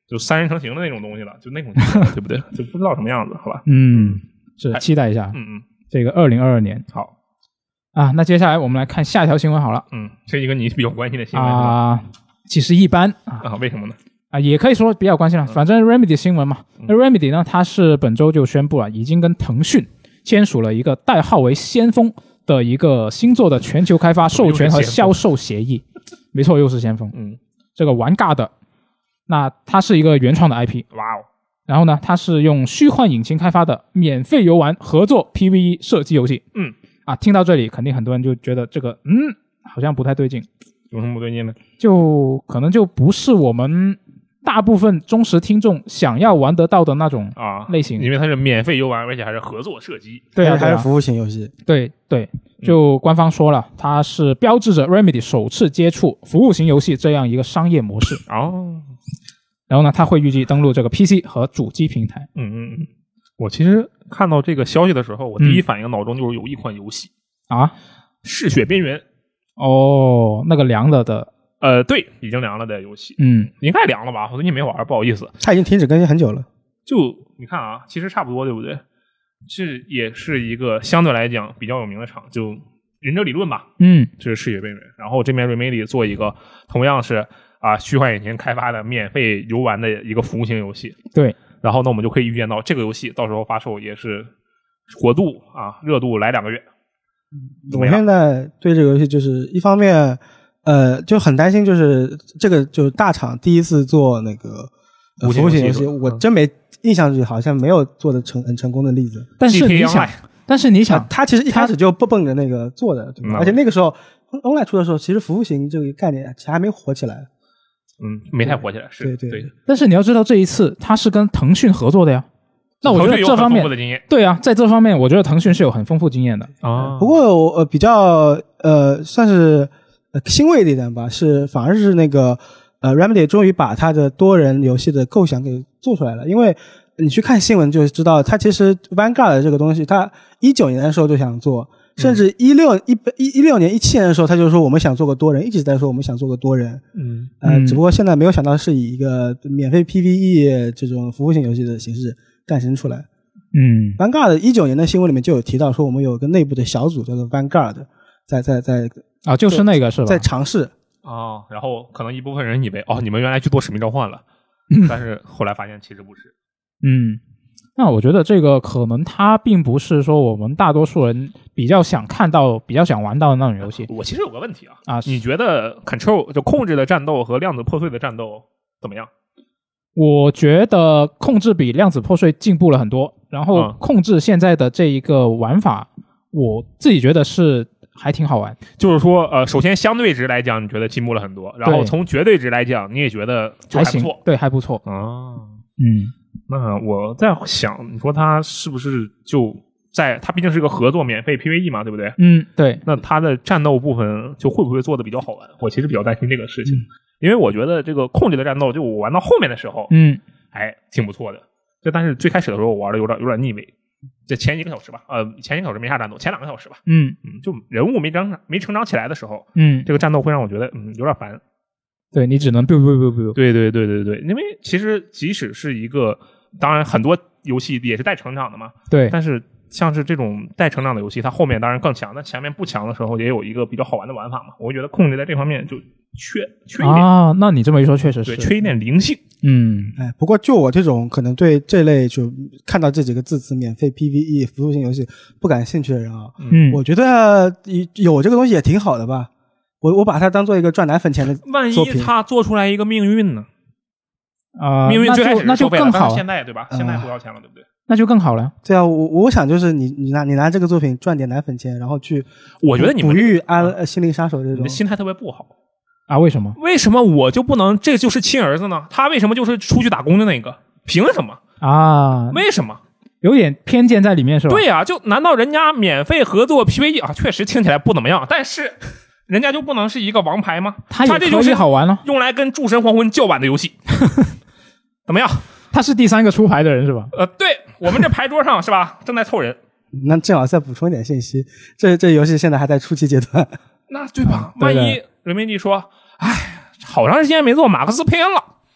就三人成行的那种东西了，就那种对不对？就不知道什么样子，好吧？ 嗯，是期待一下。 嗯嗯， 这个二零二二年好啊，那接下来我们来看下一条新闻好了。 嗯，这一个你比较关心的新闻啊，其实一般啊， 啊？为什么呢？ 啊，也可以说比较关心了。反正 Remedy 新闻嘛，那 Remedy 呢，它是本周就宣布了，已经跟腾讯签署了一个代号为先锋的一个新作的全球开发、授权和销售协议。没错，又是先锋。嗯，这个玩尬的，那它是一个原创的 I P。 哇哦！ 然后呢，它是用虚幻引擎开发的免费游玩合作 P V E 射击游戏。 嗯， 啊，听到这里，肯定很多人就觉得这个嗯，好像不太对劲。 有什么不对劲呢？ 就可能就不是我们大部分忠实听众想要玩得到的那种啊类型， 因为它是免费游玩，而且还是合作射击。 对啊， 还是服务型游戏。 对对，就官方说了，它是标志着 Remedy 首次接触服务型游戏这样一个商业模式。 哦， 然后呢，它会预计登陆这个 P C 和主机平台。 嗯嗯嗯。我其实看到这个消息的时候，我第一反应脑中就是有一款游戏、 嗯、啊， 嗜血边缘。 哦，那个凉了的。 呃，对，已经凉了的游戏， 嗯， 应该凉了吧？我最近没玩，不好意思。 它已经停止更新很久了。 就你看啊，其实差不多，对不对？这也是一个相对来讲比较有名的厂，就忍者理论吧。 嗯， 这是嗜血边缘。然后这边 Remedy 做一个同样是啊虚幻引擎开发的免费游玩的一个服务型游戏。 对。 然后呢，我们就可以预见到这个游戏到时候发售也是火度啊热度来两个月。 我现在对这个游戏就是一方面。呃，就很担心，就是这个就是大厂第一次做那个、呃、服务型游戏，我真没印象里好像没有做的成很成功的例子。 但是你想，但是你想， 啊、他其实一开始就不奔着那个做的，对吧？嗯、而且那个时候 online 出的时候，其实服务型这个概念其实还没火起来。 嗯，没太火起来，是对 对, 对。 但是你要知道，这一次他是跟腾讯合作的呀。那我觉得这方面，对啊，在这方面，我觉得腾讯是有很丰富经验的啊。 不过我呃比较呃算是。呃，欣慰的一点吧，是反而是那个呃 Remedy 终于把他的多人游戏的构想给做出来了。因为你去看新闻就知道，他其实 Vanguard 这个东西，他一九年的时候就想做，甚至一六一一一六年一七年的时候，他就说我们想做个多人，一直在说我们想做个多人。 嗯， 呃，只不过现在没有想到是以一个免费 P V E 这种服务型游戏的形式诞生出来。 嗯 ，Vanguard 一九年的新闻里面就有提到说，我们有个内部的小组叫做 Vanguard， 在在在。 啊，就是那个是吧？ 在尝试哦，然后可能一部分人以为哦，你们原来去做使命召唤了，但是后来发现其实不是。 嗯，那我觉得这个可能它并不是说我们大多数人比较想看到、比较想玩到的那种游戏。 我其实有个问题啊， 啊， 你觉得 Control 就控制的战斗和量子破碎的战斗怎么样？ 我觉得控制比量子破碎进步了很多，然后控制现在的这一个玩法，嗯、我自己觉得是。还挺好玩， 就是说，呃，首先相对值来讲，你觉得进步了很多，然后从绝对值来讲，你也觉得就还不错， 对，还不错啊。 嗯， 那我在想，你说他是不是就在他毕竟是个合作免费 P V E 嘛，对不对？ 嗯，对。 那他的战斗部分就会不会做的比较好玩？我其实比较担心这个事情，嗯、因为我觉得这个控制的战斗，就我玩到后面的时候， 嗯， 还挺不错的。就但是最开始的时候，我玩的有点有点腻味。这前几个小时吧，呃，前几个小时没啥战斗，前两个小时吧， 嗯嗯，就人物没长没成长起来的时候， 嗯， 这个战斗会让我觉得嗯有点烦。 对你只能 biu biu biu biu。 对对对对对，因为其实即使是一个，当然很多游戏也是带成长的嘛， 对， 但是像是这种带成长的游戏，它后面当然更强，但前面不强的时候也有一个比较好玩的玩法嘛。我觉得控制在这方面就缺缺一点啊，那你这么一说，确实是对缺一点灵性。 嗯， 哎，不过就我这种可能对这类就看到这几个字词免费 P V E 服务型游戏不感兴趣的人啊， 嗯， 我觉得有这个东西也挺好的吧。我我把它当做一个赚奶粉钱的作品。 万一他做出来一个命运呢？ 啊、呃， 命运最开始那就更好了。 现在对吧？现在不要钱了，对不对？ 那就更好了。 对啊，我我想就是你你拿你拿这个作品赚点奶粉钱，然后去， 我觉得你们哺育安、啊、心灵杀手这种， 你的心态特别不好啊？为什么？ 为什么我就不能？这就是亲儿子呢？他为什么就是出去打工的那个？凭什么啊？ 为什么？ 有点偏见在里面是吧？ 对呀、啊，就难道人家免费合作 P V E 啊？确实听起来不怎么样，但是人家就不能是一个王牌吗？ 他也可以好玩了， 用来跟诸神黄昏叫板的游戏，怎么样？ 他是第三个出牌的人是吧？ 呃，对，我们这牌桌上是吧，正在凑人。 那正好再补充一点信息，这这游戏现在还在初期阶段。 那对吧？ 对对万一人民币说，哎，好长时间没做马克思佩恩了，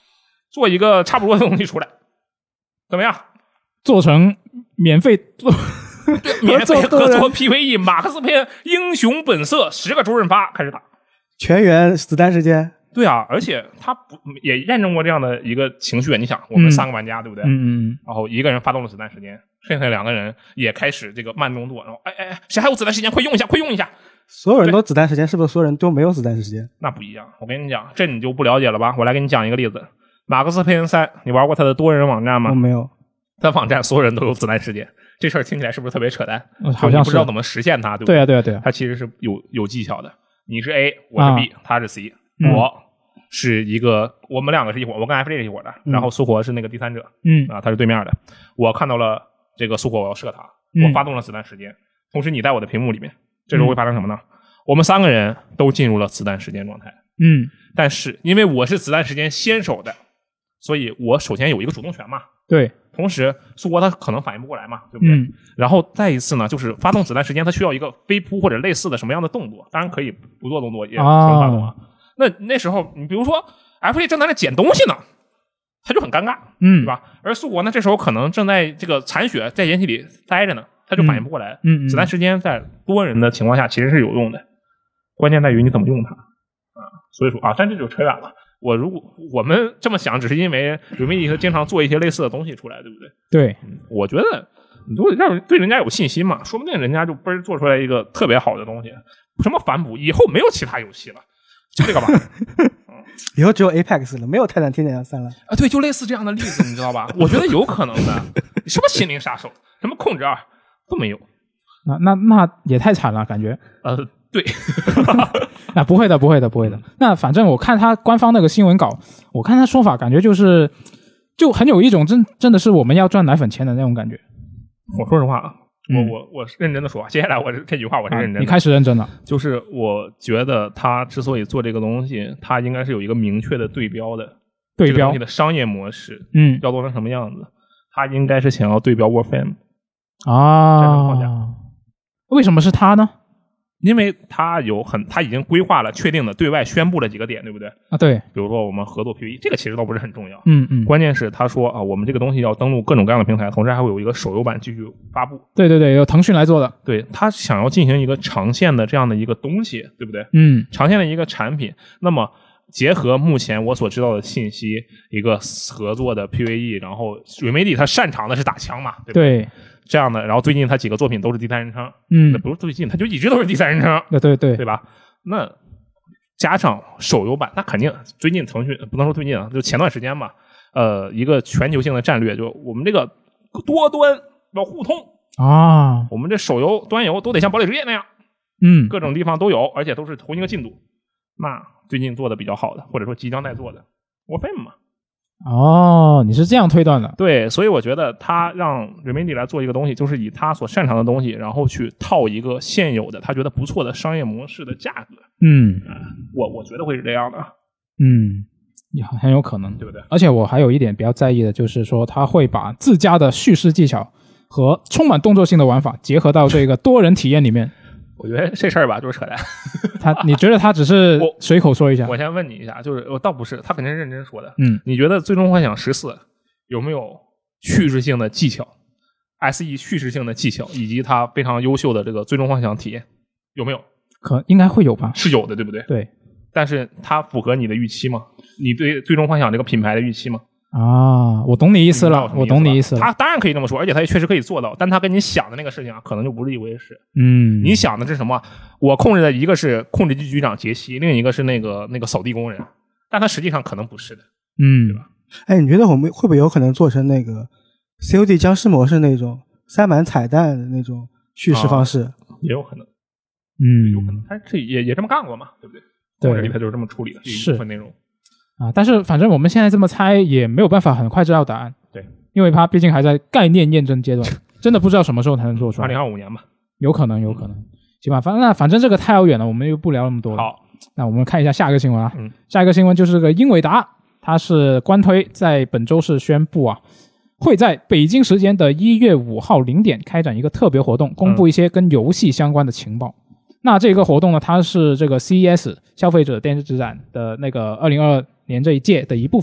做一个差不多的东西出来，怎么样？ 做成免费做免费合作 P V E， 马克思佩恩英雄本色十个周润发开始打， 全员子弹时间。 对啊，而且他不也验证过这样的一个情绪。你想，我们三个玩家、嗯、对不对？ 嗯嗯。 然后一个人发动了子弹时间，剩下两个人也开始这个慢动作，然后哎哎哎，谁还有子弹时间？快用一下，快用一下！ 所有人都子弹时间，是不是所有人都没有子弹时间？ 那不一样。我跟你讲，这你就不了解了吧？我来给你讲一个例子。马克思佩恩三，你玩过他的多人网站吗？ 我没有。 他网站所有人都有子弹时间，这事儿听起来是不是特别扯淡？ 好像是不知道怎么实现它，对不对？对啊，对啊，对啊。 它其实是有有技巧的。你是 A， 我是 B，、啊、他是 C，、嗯、我是一个，我们两个是一伙，我跟 F J 是一伙的， 嗯、 然后苏火是那个第三者， 嗯啊，他是对面的。我看到了这个苏火，我要射他，我发动了子弹时间，嗯、同时你在我的屏幕里面，这时候会发生什么呢？嗯、我们三个人都进入了子弹时间状态， 嗯， 但是因为我是子弹时间先手的，所以我首先有一个主动权嘛， 对。 同时，苏国他可能反应不过来嘛，对不对？ 嗯、然后再一次呢，就是发动子弹时间，它需要一个飞扑或者类似的什么样的动作？当然可以不做动作也能发动啊。那那时候，你比如说 F J 正在那捡东西呢，他就很尴尬， 嗯， 对吧？而苏国呢，这时候可能正在这个残血在掩体里待着呢，他就反应不过来。 嗯，嗯子弹时间在多人的情况下其实是有用的，关键在于你怎么用它啊。所以说啊，但这就扯远了。我如果我们这么想，只是因为有媒体经常做一些类似的东西出来，对不对？ 对， 嗯、我觉得你都让对人家有信心嘛，说不定人家就嘣做出来一个特别好的东西。什么反哺，以后没有其他游戏了，就这个吧。嗯、 以后只有 Apex 了，没有泰坦天降三了啊！对，就类似这样的例子，你知道吧？我觉得有可能的。什么心灵杀手，什么控制二都没有， 那那那也太惨了，感觉。 呃。对， 那不会的，不会的，不会的。那反正我看他官方那个新闻稿，我看他说法，感觉就是就很有一种真真的是我们要赚奶粉钱的那种感觉。 我说实话啊， 嗯、 我我我是认真的说，接下来我这句话我是认真的、 啊。你开始认真了， 就是我觉得他之所以做这个东西，他应该是有一个明确的对标的对标这个东西的商业模式， 嗯， 要做成什么样子？他应该是想要对标 Warframe 啊， 战争框架。 为什么是他呢？ 因为他有很，他已经规划了、确定的、对外宣布了几个点，对不对？ 啊，对。 比如说我们合作 P V E， 这个其实倒不是很重要。 嗯嗯。 关键是他说啊，我们这个东西要登录各种各样的平台，同时还会有一个手游版继续发布。 对对对，由腾讯来做的。 对，他想要进行一个长线的这样的一个东西，对不对？ 嗯。 长线的一个产品，那么结合目前我所知道的信息，一个合作的 P V E， 然后 Remedy 他擅长的是打枪嘛，对不对？ 对。 这样的，然后最近他几个作品都是第三人称， 嗯， 那不是最近，他就一直都是第三人称， 对对对， 对吧？那加上手游版，那肯定最近腾讯不能说最近啊，就前段时间吧，呃，一个全球性的战略，就我们这个多端要互通啊， 我们这手游端游都得像堡垒之夜那样， 嗯， 各种地方都有，而且都是同一个进度。那最近做的比较好的，或者说即将在做的 Warframe 嘛。 哦，你是这样推断的？ 对，所以我觉得他让 Remedy 来做一个东西，就是以他所擅长的东西，然后去套一个现有的他觉得不错的商业模式的价格。 嗯， 我我觉得会是这样的。 嗯，也很有可能， 对不对？ 而且我还有一点比较在意的，就是说他会把自家的叙事技巧和充满动作性的玩法结合到这个多人体验里面。 我觉得这事儿吧，就是扯淡。 他，你觉得他只是随口说一下？ 我先问你一下，就是我倒不是，他肯定是认真说的。 嗯， 你觉得《最终幻想十四》有没有叙事性的技巧 ？S E 叙事性的技巧，以及它非常优秀的这个《最终幻想》体验，有没有？ 可应该会有吧？ 是有的，对不对？ 对。 但是它符合你的预期吗？你对《最终幻想》这个品牌的预期吗？ 啊，我懂你意思了，我懂你意思了。 他当然可以这么说，而且他也确实可以做到，但他跟你想的那个事情啊，可能就不是一回事。 嗯， 你想的是什么？我控制的一个是控制局局长杰西，另一个是那个那个扫地工人，但他实际上可能不是的， 嗯， 对吧？ 哎，你觉得我们会不会有可能做成那个 C O D 僵尸模式那种塞满彩蛋的那种叙事方式？ 啊、也有可能， 嗯， 有可能，他这也也这么干过嘛，对不对？ 对， 他就是这么处理的， 是一部分内容。 啊，但是反正我们现在这么猜也没有办法很快知道答案， 对， 因为它毕竟还在概念验证阶段，真的不知道什么时候才能做出来。 二零二五年吧， 有可能，有可能。行吧，反正那反正这个太遥远了，我们就不聊那么多了。 好， 那我们看一下下一个新闻啊， 嗯， 下一个新闻就是这个英伟达，它是官推在本周是宣布啊，会在北京时间的一月五号零点开展一个特别活动，公布一些跟游戏相关的情报。嗯，那这个活动呢，它是这个 C E S 消费者电子展的那个二零二二年这一届的一部分。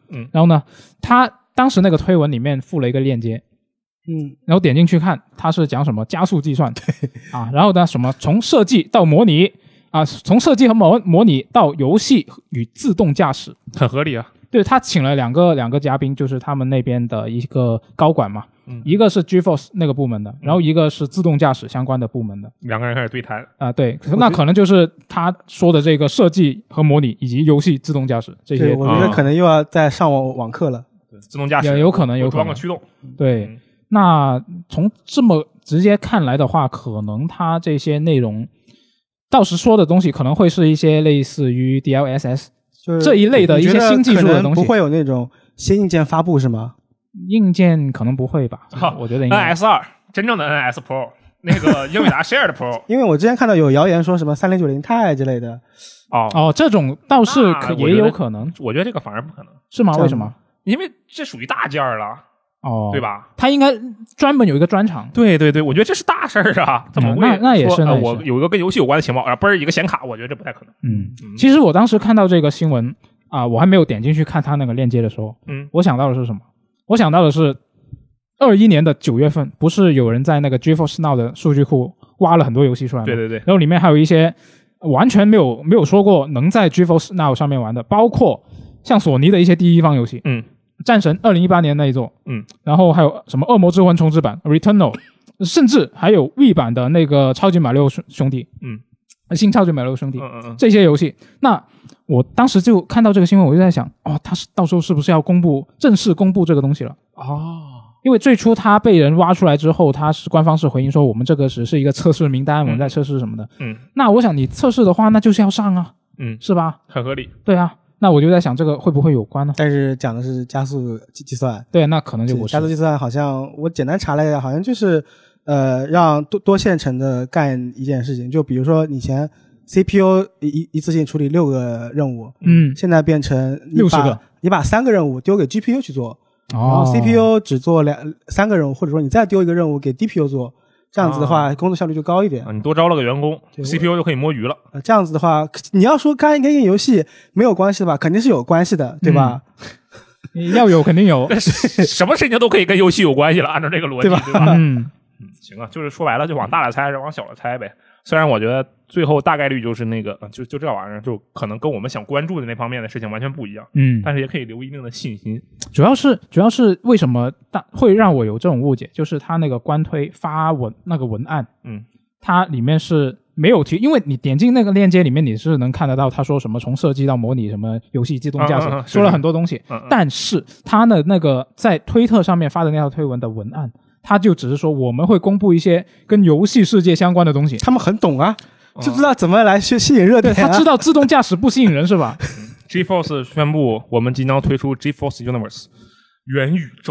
嗯， 然后呢，他当时那个推文里面附了一个链接， 嗯， 然后点进去看，它是讲什么加速计算，对啊，然后呢，什么从设计到模拟啊，从设计和模模拟到游戏与自动驾驶， 很合理啊。 对，他请了两个两个嘉宾，就是他们那边的一个高管嘛， 嗯、 一个是 GeForce 那个部门的，然后一个是自动驾驶相关的部门的， 两个人开始对谈啊、呃，对，那可能就是他说的这个设计和模拟以及游戏自动驾驶这些， 对，我觉得可能又要再上网网课了。 对，自动驾驶也有可能，有可能装个驱动。 对， 嗯、 那从这么直接看来的话，可能他这些内容到时说的东西可能会是一些类似于 D L S S。 就是这一类的一些新技术的东西， 不会有那种新硬件发布是吗？ 硬件可能不会吧， 啊、 我觉得应该 N S 二真正的 N S Pro， 那个英伟达 Share 的 Pro， 因为我之前看到有谣言说什么三零九零钛之类的。 哦哦，这种倒是可也有可能， 我觉得这个反而不可能， 是吗？为什么？ 因为这属于大件了。 哦， 对吧？ 他应该专门有一个专场。 对对对，我觉得这是大事儿啊！怎么会、 嗯、那那也是、呃、 我有一个跟游戏有关的情报，然后嘣儿一个显卡，我觉得这不太可能。 嗯，嗯其实我当时看到这个新闻啊、呃，我还没有点进去看他那个链接的时候， 嗯， 我想到的是什么？我想到的是二一年的九月份，不是有人在那个 GeForce Now 的数据库挖了很多游戏出来吗？ 对对对， 然后里面还有一些完全没有没有说过能在 GeForce Now 上面玩的，包括像索尼的一些第一方游戏， 嗯。 战神二零一八年那一座， 嗯， 然后还有什么恶魔之魂重置版 Returnal， 甚至还有 V 版的那个超级马里奥兄弟， 嗯， 新超级马里奥兄弟， 嗯嗯嗯， 这些游戏，那我当时就看到这个新闻，我就在想，哦，他是到时候是不是要公布正式公布这个东西了？ 哦， 因为最初他被人挖出来之后，他是官方是回应说我们这个只是一个测试名单，我们在测试什么的， 嗯， 那我想你测试的话，那就是要上啊， 嗯， 是吧？ 很合理， 对啊。那我就在想，这个会不会有关呢？ 但是讲的是加速计算， 对，那可能就不是加速计算。好像我简单查了一下，好像就是呃，让多多线程的干一件事情。就比如说以前 C P U 一一次性处理六个任务， 嗯， 现在变成六十个， 你把三个任务丢给 G P U 去做， 哦、 然后 C P U 只做两三个任务，或者说你再丢一个任务给 D P U 做。这样子的话，工作效率就高一点。 啊，你多招了个员工 ，C P U 就可以摸鱼了。 呃，这样子的话，你要说跟跟游戏没有关系的吧，肯定是有关系的，对吧？ 嗯、要有肯定有， 什么事情都可以跟游戏有关系了，按照这个逻辑，对吧？ 对吧嗯嗯，行啊，就是说白了，就往大了猜还是往小了猜呗。虽然我觉得最后大概率就是那个，就就这玩意儿，就可能跟我们想关注的那方面的事情完全不一样。 嗯， 但是也可以留一定的信心。 主要是主要是为什么大会让我有这种误解，就是他那个官推发文那个文案， 嗯， 它里面是没有提，因为你点进那个链接里面，你是能看得到他说什么从设计到模拟什么游戏自动驾驶， 嗯嗯嗯说了很多东西， 嗯嗯但是他的那个在推特上面发的那条推文的文案，他就只是说我们会公布一些跟游戏世界相关的东西， 他们很懂啊。就知道怎么来吸吸引热点、啊， 对，他知道自动驾驶不吸引人是吧、 嗯、？GeForce 宣布我们即将推出 GeForce Universe 元宇宙，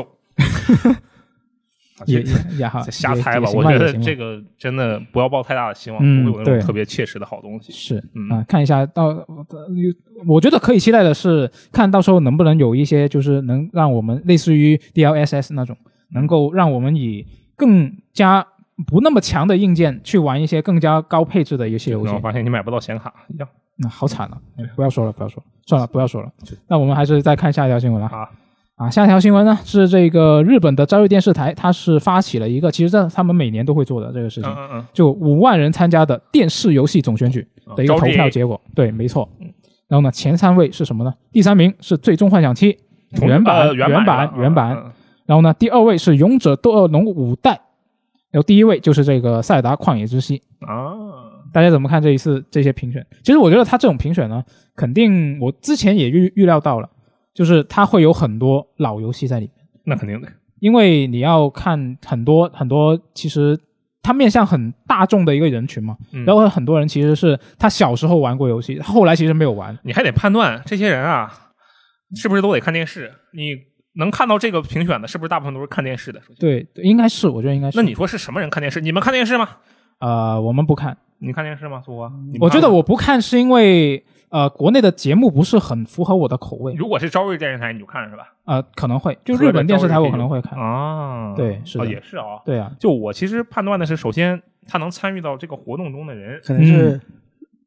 也也也好， 瞎猜吧。我觉得这个真的不要抱太大的希望， 嗯、 不会有那种特别切实的好东西。 是、 嗯、 啊，看一下到，我觉得可以期待的是，看到时候能不能有一些就是能让我们类似于 D L S S 那种，能够让我们以更加。不那么强的硬件去玩一些更加高配置的游戏游戏， 我发现你买不到显卡一样， 那、嗯、好惨了、哎！不要说了，不要说了，算了，不要说了。那我们还是再看下一条新闻了啊啊！下一条新闻呢是这个日本的朝日电视台，它是发起了一个，其实这他们每年都会做的这个事情， 嗯嗯嗯就五万人参加的电视游戏总选举的一个投票结果。对，没错。然后呢，前三位是什么呢？第三名是《最终幻想七》原版、 呃、原版、原版、原版。然后呢，第二位是《勇者斗恶龙五代》。然后第一位就是这个《塞尔达旷野之息》 啊， 大家怎么看这一次这些评选？其实我觉得他这种评选呢，肯定我之前也预预料到了，就是他会有很多老游戏在里面。 那肯定的， 因为你要看很多很多，其实他面向很大众的一个人群嘛， 嗯、 然后很多人其实是他小时候玩过游戏，后来其实没有玩。 你还得判断这些人啊，是不是都得看电视？你。能看到这个评选的，是不是大部分都是看电视的？ 对，应该是，我觉得应该是。 那你说是什么人看电视？你们看电视吗？ 呃，我们不看。 你看电视吗，苏哥？ 我觉得我不看是因为呃，国内的节目不是很符合我的口味。 如果是朝日电视台，你就看是吧？ 呃，可能会，就日本电视台我可能会看啊。 对，是的、 哦，也是啊。 对啊， 就我其实判断的是，首先他能参与到这个活动中的人， 可能是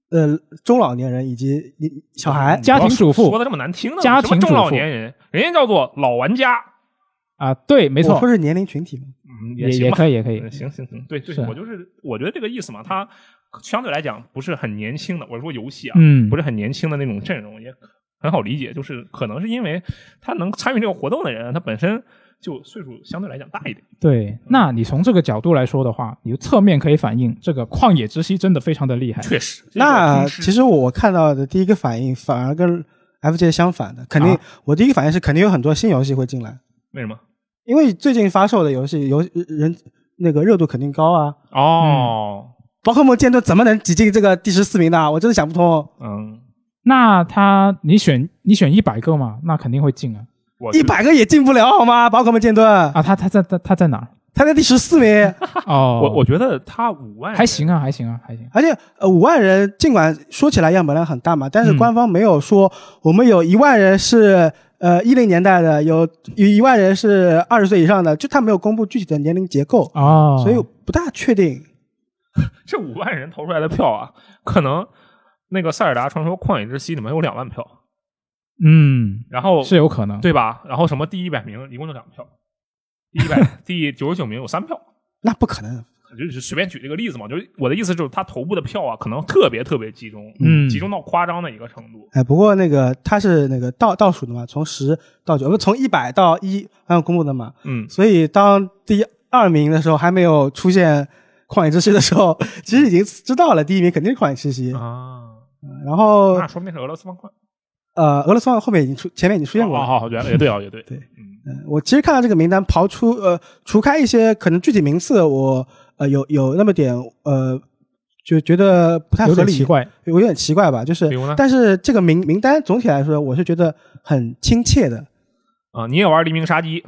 呃中老年人以及小孩。 家庭主妇说的这么难听呢？ 家庭主妇什么中老年人，人家叫做老玩家啊，对，没错， 我说是年龄群体嘛， 嗯， 也行吧也可以也可以嗯行行行，对对， 是我就是我觉得这个意思嘛，他相对来讲不是很年轻的，我是说游戏啊， 嗯不是很年轻的那种阵容，也很好理解，就是可能是因为他能参与这个活动的人，他本身就岁数相对来讲大一点。 对，那你从这个角度来说的话，你就侧面可以反映这个旷野之息真的非常的厉害。 确实， 那实其实我看到的第一个反应反而跟 F J 相反的，肯定、 啊、 我第一个反应是肯定有很多新游戏会进来。 为什么？ 因为最近发售的游戏游人那个热度肯定高啊。 哦， 嗯、宝可梦剑盾怎么能挤进这个第十四名呢？我真的想不通。 嗯， 那他你选你选一百个嘛，那肯定会进啊。 一百个也进不了好吗？宝可梦剑盾啊，他他在他他在哪？ 他在第十四名。 哦， 我我觉得他五万还行啊，还行啊，还行。 而且呃五万人尽管说起来样本量很大嘛，但是官方没有说我们有一万人是呃一零年代的，有有一万人是二十岁以上的，就他没有公布具体的年龄结构哦， 所以不大确定。 这五万人投出来的票啊，可能那个塞尔达传说旷野之息里面有两万票。 嗯， 然后是有可能， 对吧？然后什么第一百名一共就两票，第一百第九十九名有三票， 那不可能。 就是随便举这个例子嘛，就是我的意思就是他头部的票啊，可能特别特别集中， 嗯， 集中到夸张的一个程度。 哎，不过那个他是那个倒倒数的嘛，从十到九，不从一百到一按公布的嘛， 嗯， 所以当第二名的时候还没有出现旷野之息的时候，其实已经知道了第一名肯定是旷野之息啊、 嗯，然后那说不定是俄罗斯方块。 呃，俄罗斯方块后面已经出，前面已经出现过了。 好好好，也对啊，也对。 对，嗯，我其实看到这个名单，刨出呃，除开一些可能具体名次，我呃有有那么点呃，就觉得不太合理， 有点奇怪， 有点奇怪吧？就是，但是这个名名单总体来说，我是觉得很亲切的。 啊，你也玩黎明杀机？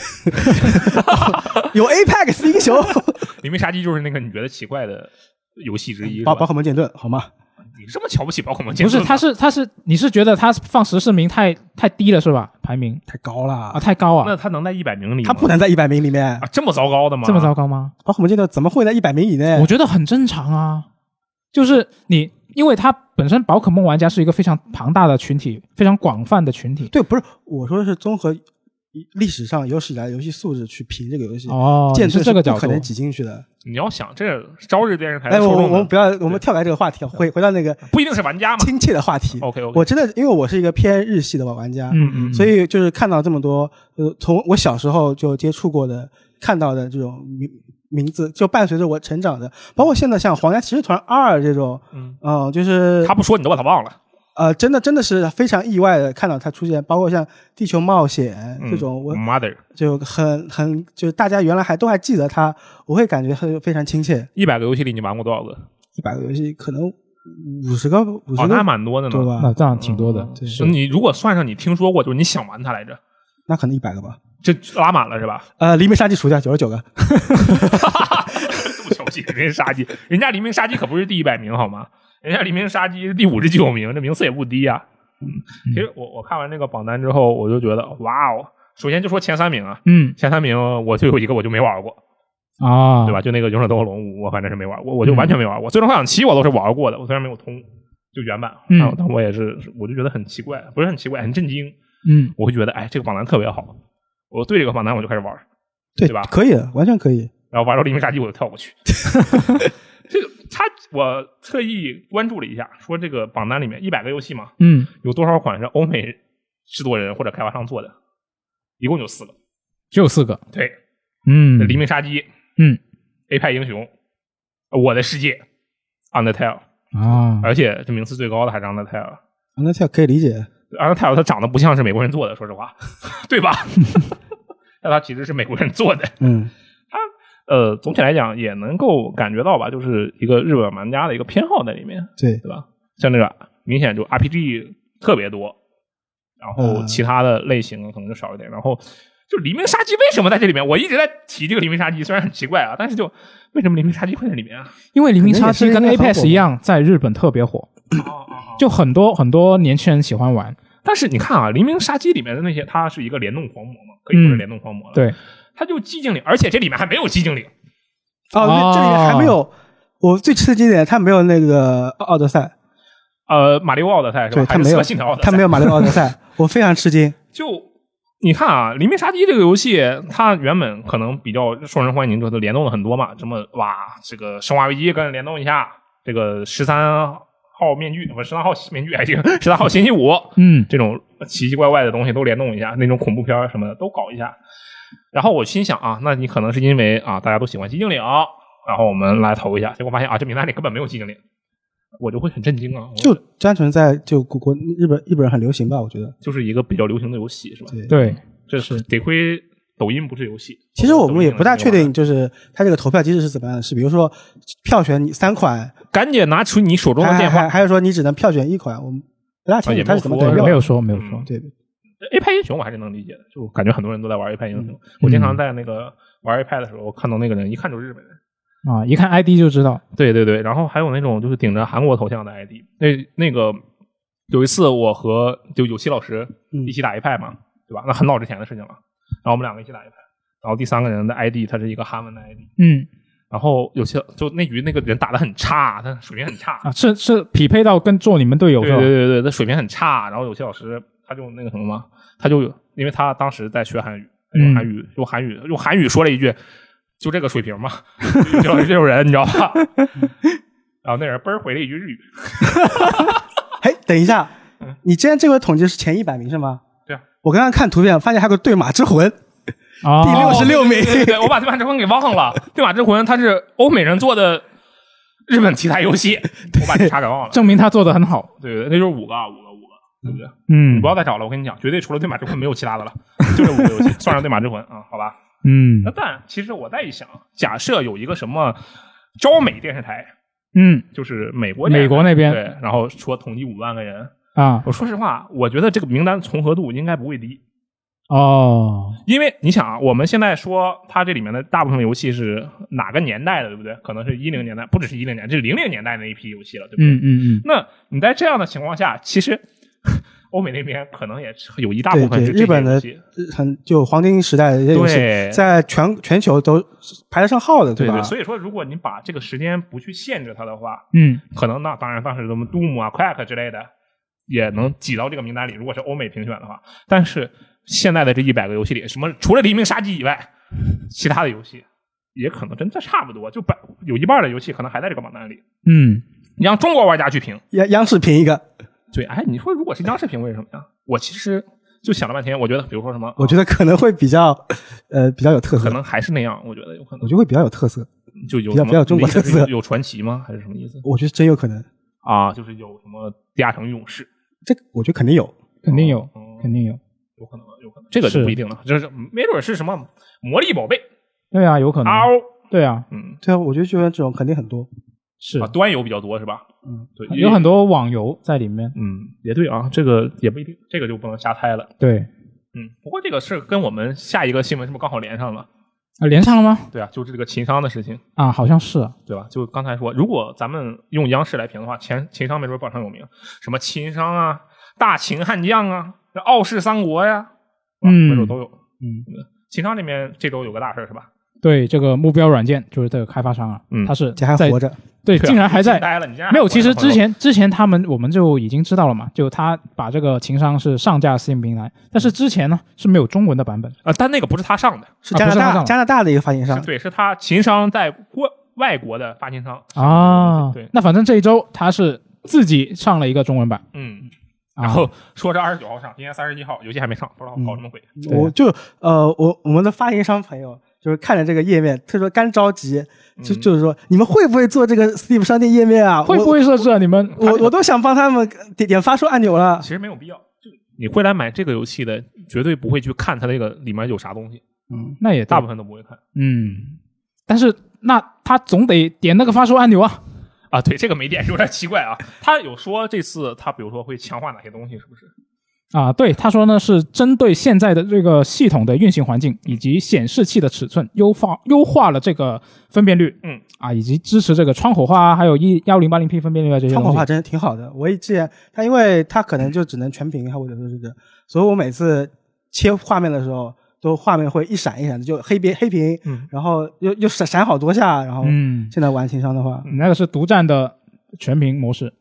有 Apex 英雄。 黎明杀机就是那个你觉得奇怪的游戏之一， 宝宝可梦剑盾，好吗？ 你这么瞧不起宝可梦剑盾？ 不是，他是他是你是觉得他放十四名太太低了是吧？排名太高了啊，太高啊！ 那他能在一百名里吗？ 他不能在一百名里面啊，这么糟糕的吗？ 这么糟糕吗？ 宝可梦剑盾怎么会在一百名以内？ 我觉得很正常啊，就是你，因为他本身宝可梦玩家是一个非常庞大的群体，非常广泛的群体。 对，不是我说的是综合历史上有史以来游戏素质去评这个游戏。 哦， 剑盾是这个角度， 不可能挤进去的。 你要想，这朝日电视台哎， 的我我们不要，我们跳开这个话题，回回到那个不一定是玩家嘛， 亲切的话题。 OK OK， 我真的因为我是一个偏日系的玩家， 嗯嗯， 所以就是看到这么多，呃，从我小时候就接触过的、看到的这种名名字，就伴随着我成长的，包括现在像《皇家骑士团二》这种，嗯、呃，就是他不说你都把他忘了。 呃，真的真的是非常意外的看到它出现，包括像《地球冒险》这种，我、 嗯、Mother 就很很就是大家原来还都还记得它，我会感觉很非常亲切。 一百个游戏里你玩过多少个？ 一百个游戏可能五十个，五十个、 哦，那还蛮多的呢， 对吧？ 那这样挺多的。 对， 是你如果算上你听说过，就是你想玩它来着， 那可能一百个吧。 这拉满了是吧？ 呃，黎明杀机除掉九十九个。 这么瞧不起黎明杀机，人家黎明杀机可不是第一百名好吗？人家黎明杀机是第五十九名，这名次也不低啊。嗯，其实我我看完这个榜单之后，我就觉得哇哦，首先就说前三名啊， 嗯， 前三名我就有一个我就没玩过啊， 对吧？就那个勇者斗恶龙五，我反正是没玩过，我就完全没玩过。最终幻想七我都是玩过的，我虽然没有通就原版， 嗯， 但我也是，我就觉得很奇怪，不是很奇怪，很震惊。 嗯， 我会觉得哎，这个榜单特别好，我对这个榜单我就开始玩， 对对吧？ 可以的，完全可以。 然后玩到黎明杀机我就跳过去。这个他我特意关注了一下，说这个榜单里面一百个游戏嘛， 嗯， 有多少款是欧美制作人或者开发商做的？一共就四个， 就四个。 对， 嗯， 黎明杀机， 嗯 ，A 派英雄，我的世界 ，Undertale 啊， 而且这名次最高的还是 Undertale。Undertale 可以理解 ，Undertale 它长得不像是美国人做的，说实话，对吧？但它其实是美国人做的， 嗯。 呃，总体来讲也能够感觉到吧，就是一个日本玩家的一个偏好在里面， 对对吧？像这个明显就 R P G 特别多，然后其他的类型可能就少一点。嗯、然后就黎明杀机为什么在这里面？我一直在提这个黎明杀机，虽然很奇怪啊，但是就为什么黎明杀机会在里面啊？ 因为黎明杀机跟 Apex 一样，在日本特别火，就很多很多年轻人喜欢玩。 但是你看啊，黎明杀机里面的那些，它是一个联动狂魔嘛，可以说是联动狂魔了。 嗯、对。 它就寂静岭，而且这里面还没有寂静岭哦，这里面还没有。我最吃惊的，它没有那个奥德赛呃，马里奥奥德赛是吧？ 对，他没有还是刺客信条奥德赛他没有马里奥奥德赛，我非常吃惊。 就你看啊，《黎明杀机》这个游戏，它原本可能比较受人欢迎，就是联动了很多嘛，什么哇，这个《生化危机》跟联动一下，这个十三号面具不是十三号面具还行，十三号星期五， 嗯， 这种奇奇怪怪的东西都联动一下，那种恐怖片什么的都搞一下。然后我心想啊，那你可能是因为啊大家都喜欢寂静岭，然后我们来投一下，结果发现啊这名单里根本没有寂静岭，我就会很震惊啊。 就单纯在就国国日本日本人很流行吧，我觉得就是一个比较流行的游戏是吧？ 对对， 这是得亏抖音不是游戏。 其实我们也不大确定，就是它这个投票机制是怎么样的，是比如说票选你三款， 赶紧拿出你手中的电话， 还还是说你只能票选一款？我们不大清楚它是怎么投票， 没有说没有说， 对。 A 派英雄我还是能理解的，就感觉很多人都在玩 A 派英雄。我经常在那个玩 A 派的时候，我看到那个人一看就是日本人啊，一看 I D 就知道。 对对对，然后还有那种就是顶着韩国头像的 I D。那那个有一次我和就有希老师一起打 A 派嘛，对吧？那很早之前的事情了。然后我们两个一起打 A 派，然后第三个人的 I D 他是一个韩文的 I D。 嗯。 然后有些就那局那个人打得很差，他水平很差啊，是是匹配到跟做你们队友是吧？ 对对对对，他水平很差。然后有些老师他就那个什么嘛，他就因为他当时在学韩语，用韩语、嗯、用韩语用韩语说了一句，就这个水平嘛，就这种人你知道吧？然后那人嘣儿回了一句日语。 哎，等一下，你今天这回统计是前一百名是吗？ 对啊， 我刚刚看图片发现还有个对马之魂。 哦、 第六十六名， 对对对对，我把对马之魂给忘了。对马之魂它是欧美人做的日本题材游戏，我把这茬给忘了， 证明他做的很好。 对对，那就是五个五个五个，对不对？ 嗯， 你不要再找了，我跟你讲，绝对除了对马之魂没有其他的了，就这五个游戏，算上对马之魂啊，好吧？ 嗯， 那但其实我再一想，假设有一个什么招美电视台， 嗯， 就是美国美国那边， 对，然后说统计五万个人啊， 我说实话，我觉得这个名单重合度应该不会低。 哦， 因为你想啊，我们现在说它这里面的大部分游戏是哪个年代的，对不对？可能是一零年代，不只是一零年，这是零零年代那一批游戏了，对不对？ 嗯嗯嗯。 那你在这样的情况下，其实欧美那边可能也有一大部分是这些游戏， 日本的很就黄金时代的这些游戏，在全全球都排得上号的，吧？ 对对。所以说，如果你把这个时间不去限制它的话， 嗯， 可能那当然当时什么 Doom 啊、Quake 之类的也能挤到这个名单里。如果是欧美评选的话，但是。现在的这一百个游戏里，什么除了黎明杀机以外，其他的游戏也可能真的差不多，就百有一半的游戏可能还在这个榜单里。 嗯， 你让中国玩家去评， 央央视评一个。 对，哎，你说如果是央视评，为什么呀？我其实就想了半天，我觉得比如说什么， 我觉得可能会比较呃比较有特色， 可能还是那样，我觉得有可能， 我觉得会比较有特色， 就有比较比较中国特色， 有传奇吗？还是什么意思？ 我觉得真有可能啊，就是有什么地下城勇士， 这个我觉得肯定有， 肯定有，嗯、肯定有。 有可能，有可能，这个就不一定了，就是没准是什么魔力宝贝， 对啊，有可能，对啊， 嗯，对啊，我觉得就像这种肯定很多， 是啊，端游比较多是吧？ 嗯， 对， 有很多网游在里面， 嗯，也对啊，这个也不一定，这个就不能瞎猜了， 对， 嗯，不过这个是跟我们下一个新闻是不是刚好连上了？ 啊，连上了吗？ 对啊，就是这个情商的事情啊，好像是， 对吧？就刚才说，如果咱们用央视来评的话，前情商没准榜上有名，什么情商啊、大秦悍将啊、傲视三国呀。嗯，每周都有。嗯，情商这边这周有个大事是吧？ 对，这个目标软件就是这个开发商啊，嗯，他是这还活着， 对，竟然还在。 呆了，你竟然没有？其实之前之前他们我们就已经知道了嘛，就他把这个情商是上架 Steam 平台，但是之前呢是没有中文的版本啊，但那个不是他上的， 是加拿大、啊、加拿大的一个发行商， 对，是他情商在国外国的发行商啊。 对， 那反正这一周他是自己上了一个中文版， 嗯。然后说是二十九号上，今天三十一号，游戏还没上，不知道搞什么鬼。 嗯、我就呃，我我们的发行商朋友就是看着这个页面，他说干着急，就、嗯、就是说你们会不会做这个 Steam 商店页面啊？ 会不会设置啊？你们我我都想帮他们点点发售按钮了。 其实没有必要，就你会来买这个游戏的，绝对不会去看它那个里面有啥东西。 嗯，那也大部分都不会看。 嗯，但是那他总得点那个发售按钮啊。 啊，对，这个没点有点奇怪啊。他有说这次他比如说会强化哪些东西，是不是？ 啊，对，他说呢是针对现在的这个系统的运行环境以及显示器的尺寸优化优化了这个分辨率， 嗯啊，以及支持这个窗口化啊，还有一幺零八零 P 分辨率啊这些东西。 窗口化真的挺好的，我一之前它因为它可能就只能全屏或者说是这，所以我每次切画面的时候。都画面会一闪一闪的，就黑边黑屏， 嗯， 然后又又闪闪好多下，然后嗯， 现在玩情商的话， 你那个是独占的全屏模式，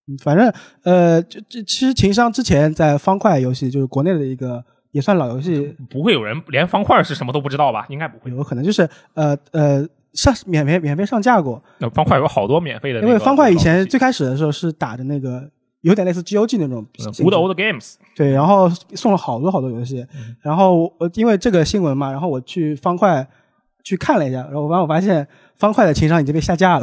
反正呃，这这其实情商之前在方块游戏就是国内的一个也算老游戏， 不会有人连方块是什么都不知道吧？应该不会， 有可能就是呃呃上免费免费上架过。 那方块有好多免费的那个， 因为方块以前最开始的时候是打的那个有点类似 G O G 那种 Good Old Games， 对，然后送了好多好多游戏， 嗯、 然后我因为这个新闻嘛，然后我去方块去看了一下，然后我发现方块的情商已经被下架了。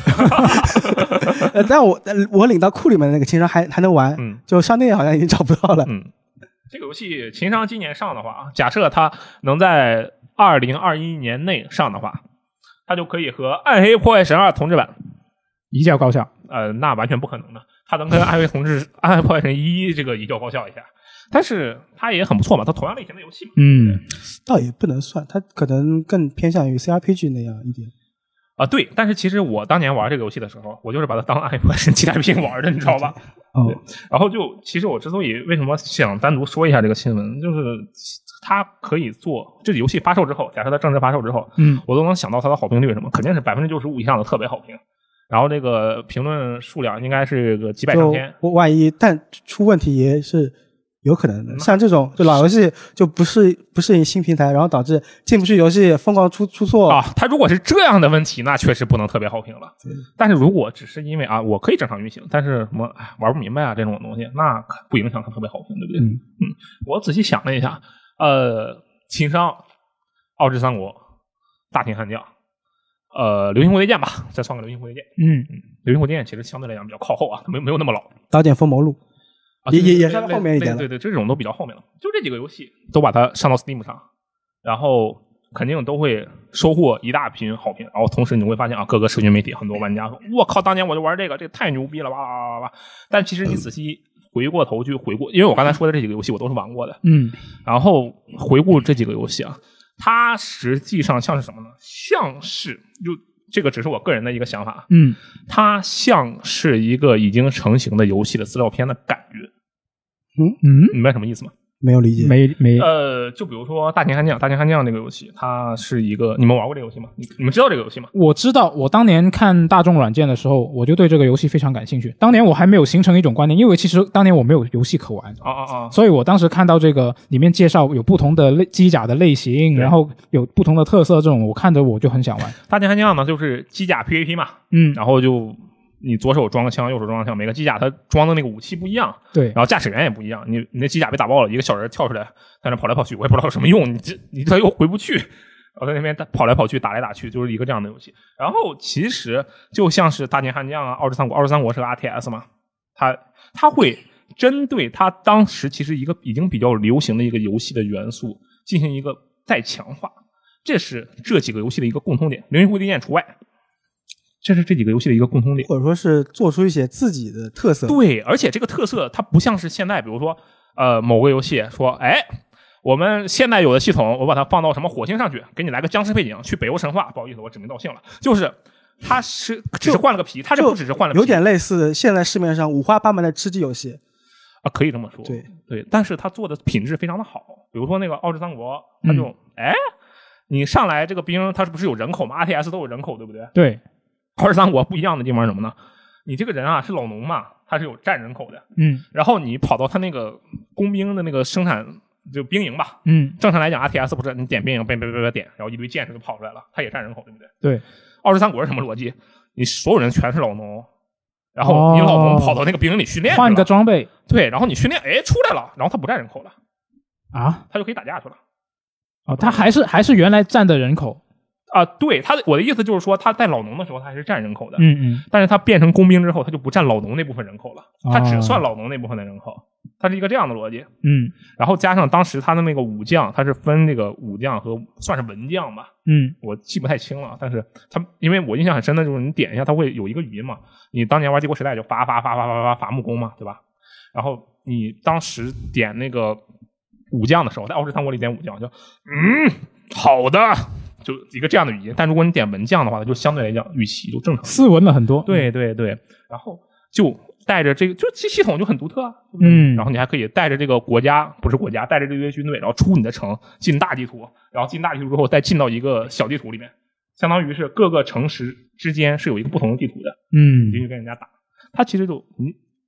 但我我领到库里面的那个情商还还能玩， 嗯， 就商店好像已经找不到了。 嗯，这个游戏情商今年上的话，假设它能在二零二一年内上的话，它就可以和《暗黑破坏神二》同志版一较高下。 呃，那完全不可能的，它能跟《暗黑同志》《暗黑破坏神一》这个一较高下一下。但是它也很不错嘛，它同样类型的游戏嘛。 嗯， 倒也不能算，它可能更偏向于 C R P G 那样一点。 啊，对，但是其实我当年玩这个游戏的时候，我就是把它当暗黑破坏神期待品玩的，你知道吧？ 哦， 然后就其实我之所以为什么想单独说一下这个新闻，就是它可以做这个游戏发售之后，假设它正式发售之后， 嗯， 我都能想到它的好评率是什么，肯定是百分之九十五以上的特别好评。然后这个评论数量应该是个几百上千。 万一但出问题也是有可能的，像这种就老游戏就不适不适应新平台，然后导致进不去游戏疯狂出出错啊。它如果是这样的问题，那确实不能特别好评了。但是如果只是因为啊，我可以正常运行，但是什么玩不明白啊这种东西，那不影响它特别好评，对不对？ 嗯嗯，我仔细想了一下，呃，情商、奥之三国、大秦悍将。呃，流星蝴蝶剑吧，再算个流星蝴蝶剑。 嗯嗯，流星蝴蝶剑其实相对来讲比较靠后啊，没没有那么老。 刀剑锋谋录啊， 也也也是后面一点了。 对对对，这种都比较后面了。就这几个游戏都把它上到 Steam 上，然后肯定都会收获一大批好评。然后同时你会发现啊，各个社群媒体很多玩家说：“我靠，当年我就玩这个，这个太牛逼了！”哇哇哇哇！但其实你仔细回过头去回顾，因为我刚才说的这几个游戏我都是玩过的， 嗯， 然后回顾这几个游戏啊。它实际上像是什么呢？像是就这个只是我个人的一个想法， 嗯， 它像是一个已经成型的游戏的资料片的感觉。 嗯嗯， 明白什么意思吗？ 没有理解。 没没呃，就比如说《大秦悍将》，《大秦悍将》这个游戏，它是一个，你们玩过这个游戏吗？你你们知道这个游戏吗？ 我知道，我当年看大众软件的时候，我就对这个游戏非常感兴趣。当年我还没有形成一种观念，因为其实当年我没有游戏可玩啊啊啊！ 所以我当时看到这个里面介绍有不同的类机甲的类型，然后有不同的特色，这种我看着我就很想玩。 《大秦悍将》呢，就是机甲 P V P 嘛， 嗯， 然后就。你左手装个枪，右手装个枪，每个机甲它装的那个武器不一样， 对， 然后驾驶员也不一样。你你那机甲被打爆了，一个小人跳出来，在那跑来跑去，我也不知道有什么用，你这你这又回不去，然后在那边跑来跑去，打来打去，就是一个这样的游戏。然后其实就像是大秦悍将啊，奥之三国，奥之三国是个 R T S 嘛，它它会针对它当时其实一个已经比较流行的一个游戏的元素进行一个再强化，这是这几个游戏的一个共通点，流星蝴蝶剑除外。这是这几个游戏的一个共通点， 或者说是做出一些自己的特色。 对，而且这个特色它不像是现在，比如说，呃，某个游戏说，哎，我们现在有的系统，我把它放到什么火星上去，给你来个僵尸背景，去北欧神话。不好意思，我指名道姓了，就是它是只是换了个皮，它这不只是换了皮， 有点类似现在市面上五花八门的吃鸡游戏啊，可以这么说。 对对，但是它做的品质非常的好，比如说那个《奥之三国》，它就哎、嗯，你上来这个兵，它是不是有人口吗 ？R T S 都有人口，对不对？ 对。 奥之三国不一样的地方是什么呢？你这个人啊是老农嘛，他是有占人口的， 嗯， 然后你跑到他那个工兵的那个生产就兵营吧， 嗯， 正常来讲 R T S 不是你点兵营，别别别别点，然后一堆剑士就跑出来了，他也占人口，对不对？ 对。 奥之三国是什么逻辑？你所有人全是老农，然后你老农跑到那个兵营里训练， 换个装备， 对，然后你训练，哎，出来了，然后他不占人口了， 啊， 他就可以打架去了。 哦，他还是还是原来占的人口。 啊，对他的我的意思就是说，他在老农的时候他还是占人口的， 嗯嗯， 但是他变成工兵之后，他就不占老农那部分人口了， 哦、 他只算老农那部分的人口，他是一个这样的逻辑， 嗯， 然后加上当时他的那个武将，他是分这个武将和算是文将吧， 嗯， 我记不太清了，但是他因为我印象很深的就是你点一下，他会有一个语音嘛，你当年玩帝国时代就伐伐伐伐伐伐伐伐木工嘛，对吧？然后你当时点那个武将的时候，在奥之三国里点武将就嗯好的。就一个这样的语音，但如果你点文将的话，就相对来讲语气就正常， 斯文了很多。 对对对，然后就带着这个，就这系统就很独特啊，对不对？嗯， 然后你还可以带着这个国家，不是国家，带着这堆军队，然后出你的城，进大地图，然后进大地图之后再进到一个小地图里面，相当于是各个城市之间是有一个不同的地图的， 嗯， 进去跟人家打。它其实就你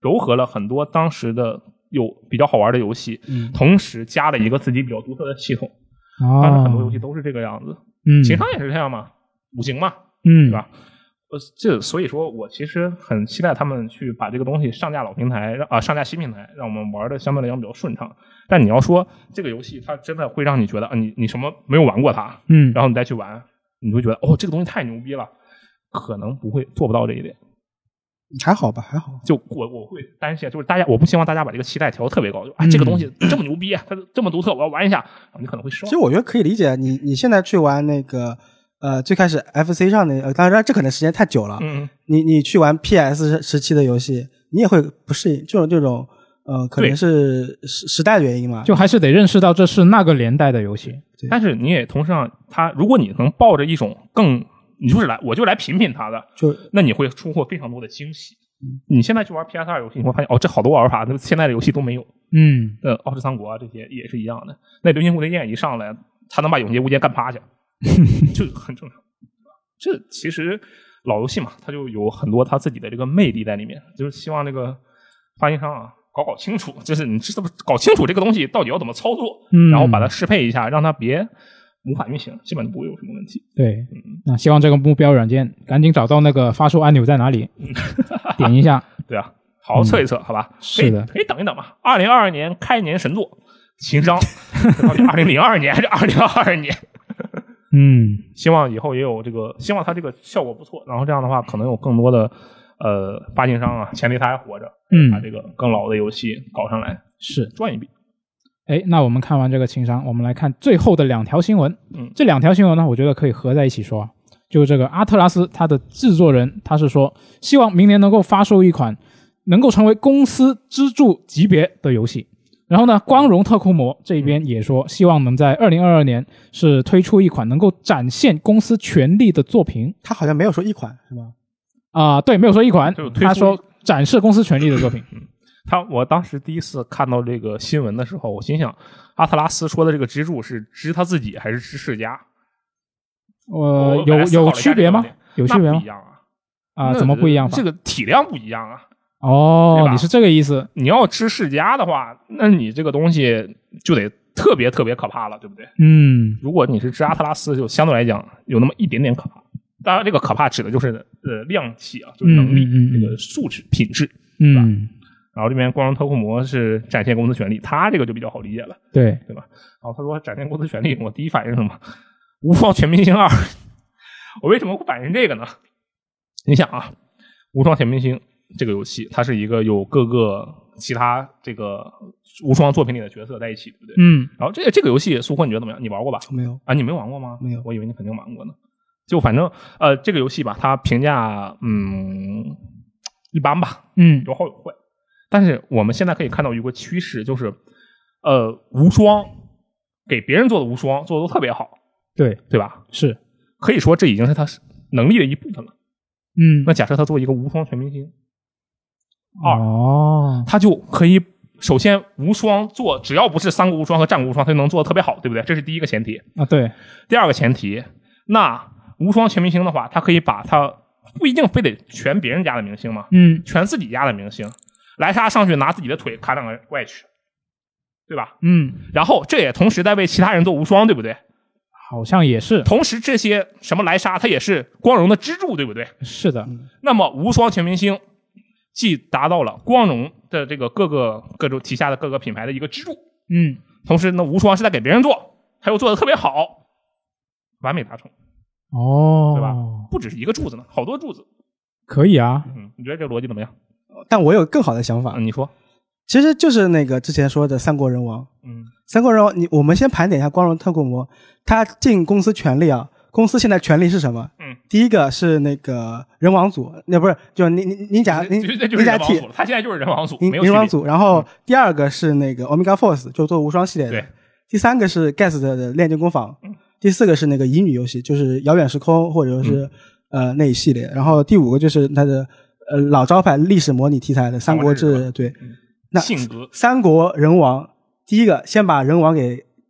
糅合了很多当时的有比较好玩的游戏， 嗯同时加了一个自己比较独特的系统。 哦， 当时很多游戏都是这个样子， 嗯， 情商也是这样嘛，五行嘛， 嗯， 对吧？呃，这所以说我其实很期待他们去把这个东西上架老平台，让啊上架新平台，让我们玩的相对来讲比较顺畅。但你要说这个游戏它真的会让你觉得啊，你你什么没有玩过它， 嗯， 然后你再去玩，你会觉得哦，这个东西太牛逼了，可能不会做不到这一点。 还好吧，还好。 就我我会担心，就是大家我不希望大家把这个期待调得特别高，就啊、哎、这个东西这么牛逼，它这么独特，我要玩一下，你可能会失望。 其实我觉得可以理解，你你现在去玩那个呃最开始 F C 上的，呃当然这可能时间太久了， 嗯， 你你去玩 P S 时期的游戏，你也会不适应，这种这种呃可能是时时代的原因嘛， 就还是得认识到这是那个年代的游戏。 但是你也同时让他，如果你能抱着一种更你就是来我就来品品它的， 就那你会收获非常多的惊喜。你现在去玩 P S 二 游戏，你会发现哦，这好多玩法，那现在的游戏都没有。 嗯， 呃，奥之三国啊，这些也是一样的。那流星蝴蝶剑一上来，他能把永劫无间干趴下，就很正常。这其实老游戏嘛，它就有很多它自己的这个魅力在里面，就是希望这个发行商啊搞搞清楚，就是你知道搞清楚这个东西到底要怎么操作， 嗯， 然后把它适配一下，让它别无法运行，基本就不会有什么问题。 对，嗯，那希望这个目标软件赶紧找到那个发售按钮在哪里，点一下。 对啊，好好测一测，嗯、好吧？ 是的， 可以等一等吧。二零二二年开年神作，情商，到底二零零二年还是二零二二年？ 嗯， 希望以后也有这个，希望它这个效果不错，然后这样的话，可能有更多的呃发行商啊，前提他还活着， 嗯， 把这个更老的游戏搞上来， 是赚一笔。 哎，那我们看完这个情商，我们来看最后的两条新闻。 嗯， 这两条新闻呢，我觉得可以合在一起说。就是这个阿特拉斯，他的制作人他是说，希望明年能够发售一款能够成为公司支柱级别的游戏。然后呢，光荣特库摩这边也说，希望能在二零二二年是推出一款能够展现公司权力的作品。 他好像没有说一款是吧？ 啊、呃，对，没有说一款，他说展示公司权力的作品。 嗯，他我当时第一次看到这个新闻的时候，我心想，阿特拉斯说的这个支柱是支他自己还是支世家？ 呃，有有区别吗？有区别吗？ 不一样啊！ 啊，怎么不一样？ 这个体量不一样啊！ 哦，你是这个意思？ 你要支世家的话，那你这个东西就得特别特别可怕了，对不对？ 嗯， 如果你是支阿特拉斯，就相对来讲有那么一点点可怕。当然，这个可怕指的就是呃量体啊，就是能力， 嗯嗯嗯、 这个素质、品质， 嗯。 对吧？然后这边光荣特库摩是展现公司权力，他这个就比较好理解了， 对对吧？然后他说展现公司权力，我第一反应是什么？无双全明星二，我为什么会反应这个呢？你想啊，无双全明星这个游戏，它是一个有各个其他这个无双作品里的角色在一起，对不对？ 嗯。 然后这个这个游戏，苏坤你觉得怎么样？你玩过吧？ 没有啊，你没玩过吗？ 没有， 我以为你肯定玩过呢。就反正呃，这个游戏吧，它评价嗯一般吧， 嗯， 有好有坏。但是我们现在可以看到一个趋势，就是呃，无双给别人做的无双做的都特别好。 对对吧？ 是， 可以说这已经是他能力的一部分了。 嗯， 那假设他做一个无双全明星二， 哦， 他就可以首先无双做，只要不是三国无双和战国无双，他就能做的特别好，对不对？这是第一个前提啊。对， 第二个前提，那无双全明星的话，他可以把他不一定非得全别人家的明星嘛， 嗯， 全自己家的明星，莱莎上去拿自己的腿砍两个怪去，对吧？ 嗯， 然后这也同时在为其他人做无双，对不对？ 好像也是。 同时这些什么莱莎它也是光荣的支柱，对不对？ 是的。 那么无双全明星既达到了光荣的这个各个各种旗下的各个品牌的一个支柱， 嗯， 同时呢无双是在给别人做，他又做的特别好，完美达成。 哦， 对吧？不只是一个柱子呢，好多柱子。 可以啊。 嗯，你觉得这个逻辑怎么样？ 但我有更好的想法。 嗯，你说。 其实就是那个之前说的三国人王。 嗯， 三国人王，你我们先盘点一下光荣特库摩，他进公司权力啊，公司现在权力是什么？ 嗯， 第一个是那个人王组，那不是就你你你讲你这就是人王组，他现在就是人王组，没有人王组。然后第二个是那个 Omega Force， 就做无双系列的。 对。 第三个是 G A S 的炼金工坊。 嗯。 第四个是那个乙女游戏，就是遥远时空或者是、嗯、呃那一系列。然后第五个就是他的呃老招牌历史模拟题材的三国志。对。 嗯、 那性格三国人王，第一个先把人王给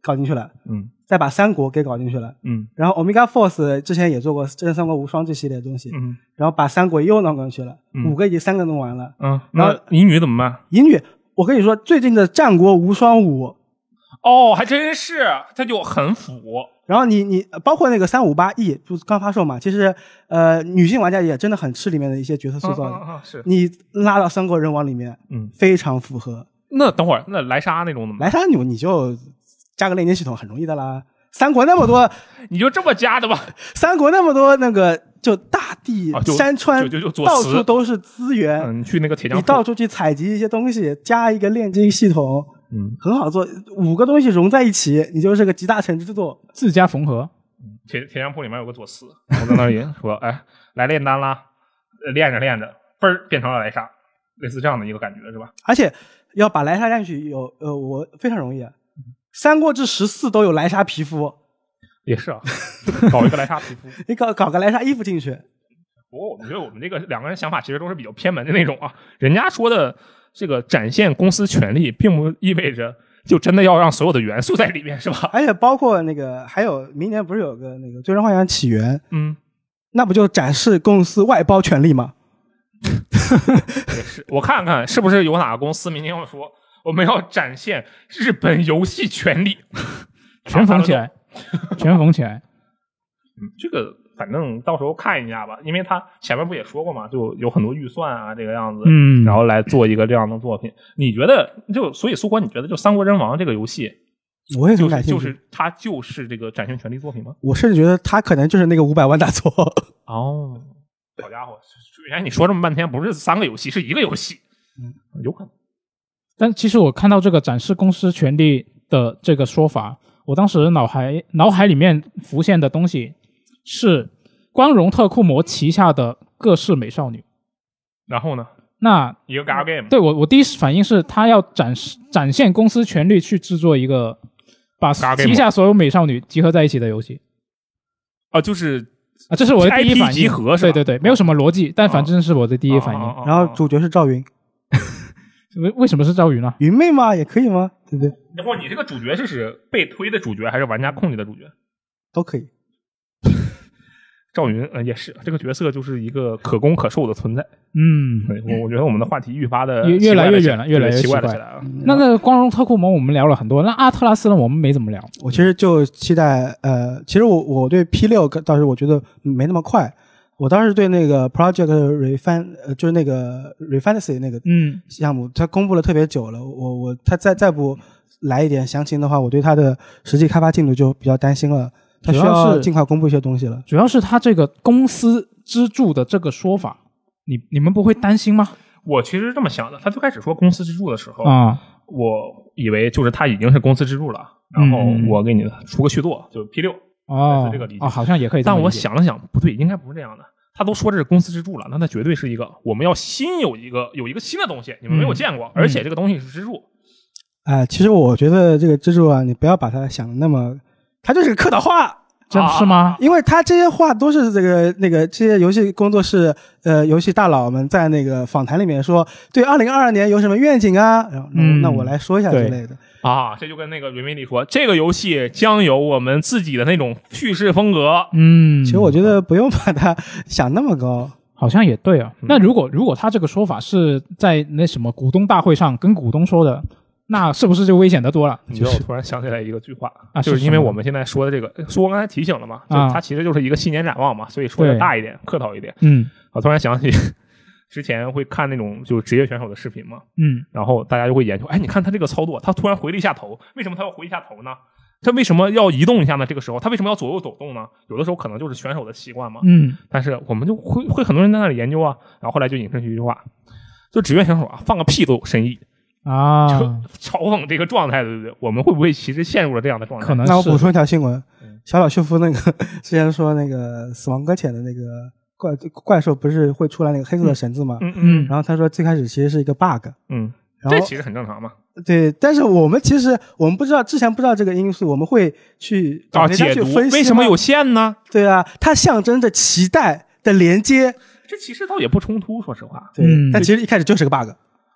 搞进去了， 嗯再把三国给搞进去了， 嗯然后 Omega Force 之前也做过真三国无双这系列的东西， 嗯然后把三国又弄进去了， 嗯五个已经三个弄完了。 嗯， 然后那乙女怎么办？ 乙女，我跟你说，最近的战国无双五， 哦，还真是，它就很腐。 然后你你包括那个三五八 E 不是刚发售嘛？其实呃，女性玩家也真的很吃里面的一些角色塑造的。 嗯嗯嗯是， 你拉到三国人王里面， 嗯， 非常符合。 那等会儿那莱莎那种怎么办？ 莱莎女你就加个链接系统很容易的啦。三国那么多， 你就这么加的吧？ 三国那么多那个就大地、 啊就山川， 就就就左到慈处都是资源。 嗯，你去那个铁匠铺， 你到处去采集一些东西，加一个炼金系统， 嗯， 很好做。五个东西融在一起，你就是个集大成之作。 自家缝合。 铁铁匠铺里面有个左慈，我在那里说，哎，来炼丹啦，呃练着练着，嘣儿变成了莱莎，类似这样的一个感觉是吧？ 而且要把莱莎练去有呃，我非常容易啊。三国志十四都有莱莎皮肤， 也是啊，搞一个莱莎皮肤。 你搞搞个莱莎衣服进去。 不过我们觉得我们这个两个人想法其实都是比较偏门的那种啊。人家说的这个展现公司权力，并不意味着就真的要让所有的元素在里面，是吧？ 而且包括那个，还有明年不是有个那个《最终幻想起源》， 嗯， 那不就展示公司外包权力吗？ 也是。我看看是不是有哪个公司明年要说我们要展现日本游戏权力， 全缝起来，全缝起来。 嗯，这个反正到时候看一下吧，因为他前面不也说过嘛，就有很多预算啊，这个样子， 嗯， 然后来做一个这样的作品。你觉得就所以苏国，你觉得就《三国人王》这个游戏， 我也很就是感兴趣。 就是它就是这个展现权力作品吗？ 我甚至觉得他可能就是那个五百万大作。 哦，好家伙，原来你说这么半天不是三个游戏，是一个游戏， 嗯， 有可能。 但其实我看到这个展示公司权力的这个说法，我当时脑海脑海里面浮现的东西是光荣特库摩旗下的各式美少女。 然后呢？ 那一个 Gal Game， 对我我第一反应是他要展示展现公司权力去制作一个把旗下所有美少女集合在一起的游戏。 啊，就是啊，这是我的第一反应。 集合是吧？ 对对对，没有什么逻辑，但反正是我的第一反应。 哦哦哦哦然后主角是赵云， 为为什么是赵云呢？ 云妹嘛也可以吗？对不对？ 等会儿你这个主角是指被推的主角，还是玩家控制的主角？ 都可以。 赵云，呃，也是这个角色就是一个可攻可受的存在。 嗯， 对，我我觉得我们的话题愈发的越越来越远了，越来越奇怪了奇起来啊。 那个光荣特库摩我们聊了很多，那阿特拉斯呢我们没怎么聊。 我其实就期待，呃，其实我我对 P 六倒是我觉得没那么快。我当时对那个 Project Refan， 呃，就是那个 Refantasy 那个嗯项目，它公布了特别久了，我我它再再不来一点详情的话，我对它的实际开发进度就比较担心了。它需要尽快公布一些东西了。 主要是它这个公司支柱的这个说法，你你们不会担心吗？ 我其实是这么想的，他最开始说公司支柱的时候啊， 我以为就是他已经是公司支柱了，然后我给你出个续作，就是 P 六。 哦， 这个理解哦，好像也可以这么理解。 但我想了想，不对，应该不是这样的。他都说这是公司支柱了，那它绝对是一个我们要新有一个有一个新的东西，你们没有见过， 嗯、 而且这个东西是支柱。 哎、呃，其实我觉得这个支柱啊，你不要把它想的那么，它就是个客套话。 真的是吗？ 因为他这些话都是这个那个这些游戏工作室呃游戏大佬们在那个访谈里面说，对二零二二年有什么愿景啊？然后、嗯、那我来说一下之类的啊，这就跟那个云威利说，这个游戏将有我们自己的那种叙事风格。 嗯， 其实我觉得不用把它想那么高， 好像也对啊。嗯、那如果如果他这个说法是在那什么股东大会上跟股东说的，那是不是就危险得多了？ 你知道我突然想起来一个句话，啊、就是因为我们现在说的这个，苏刚才提醒了嘛，就它其实就是一个新年展望嘛，所以说的大一点，客套一点。 嗯， 我突然想起之前会看那种就是职业选手的视频嘛， 嗯， 然后大家就会研究，哎，你看他这个操作，他突然回了一下头，为什么他要回一下头呢？他为什么要移动一下呢？这个时候他为什么要左右走动呢？有的时候可能就是选手的习惯嘛， 嗯， 但是我们就会会很多人在那里研究啊，然后后来就引申出一句话，就职业选手啊，放个屁都有深意。 啊， 就嘲讽这个状态，对不对？我们会不会其实陷入了这样的状态？ 可能。 那我补充一条新闻， 嗯、 小岛秀夫那个之前说那个死亡搁浅的那个怪怪兽不是会出来那个黑色的绳子吗？ 嗯嗯。 然后他说最开始其实是一个 bug， 嗯， 然后这其实很正常嘛。 对，但是我们其实我们不知道，之前不知道这个因素，我们会去啊解读为什么有线呢？ 对啊，它象征着脐带的连接， 这其实倒也不冲突，说实话。 对，嗯、但其实一开始就是个 bug。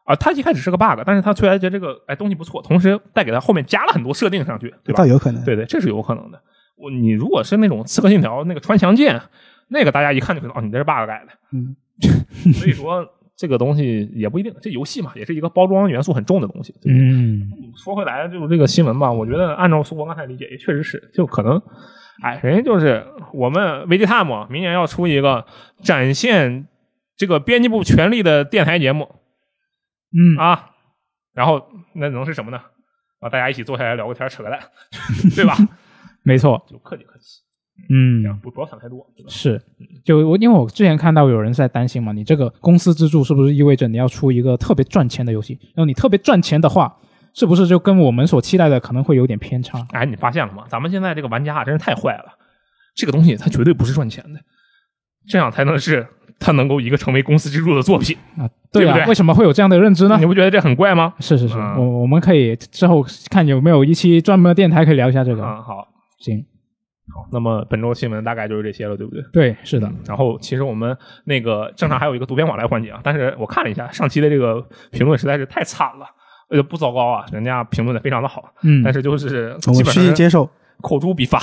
啊，它一开始是个 bug， 但是它突然觉得这个哎东西不错，同时再给它后面加了很多设定上去，对吧？ 倒有可能。 对对，这是有可能的。我你如果是那种刺客信条那个穿墙剑，那个大家一看就知道哦，你这是 bug 改的。 嗯， 所以说这个东西也不一定，这游戏嘛，也是一个包装元素很重的东西。对对嗯， 说回来就是这个新闻吧，我觉得按照苏博刚才理解，也确实是，就可能，哎，人家就是我们 V G T I M E 明年要出一个展现这个编辑部权力的电台节目， 嗯啊，然后那能是什么呢？啊，大家一起坐下来聊个天，扯个蛋，对吧？ 没错， 就客气客气， 嗯这，样不不要想太多，对吧？ 是，就我因为我之前看到有人在担心嘛，你这个公司支柱是不是意味着你要出一个特别赚钱的游戏？然后你特别赚钱的话，是不是就跟我们所期待的可能会有点偏差？ 哎，你发现了吗？咱们现在这个玩家啊，真是太坏了。这个东西它绝对不是赚钱的，这样才能是它能够一个成为公司支柱的作品啊。对啊， 对不对为什么会有这样的认知呢？ 你不觉得这很怪吗？ 是是是， 嗯、 我我们可以之后看有没有一期专门的电台可以聊一下这个。 嗯，好， 行， 好，那么本周新闻大概就是这些了，对不对？ 对，是的。 然后其实我们那个正常还有一个读编往来环节啊，但是我看了一下上期的这个评论实在是太惨了，呃，不糟糕啊，人家评论的非常的好， 嗯， 但是就是我们基本上虚心接受， 口诛笔伐。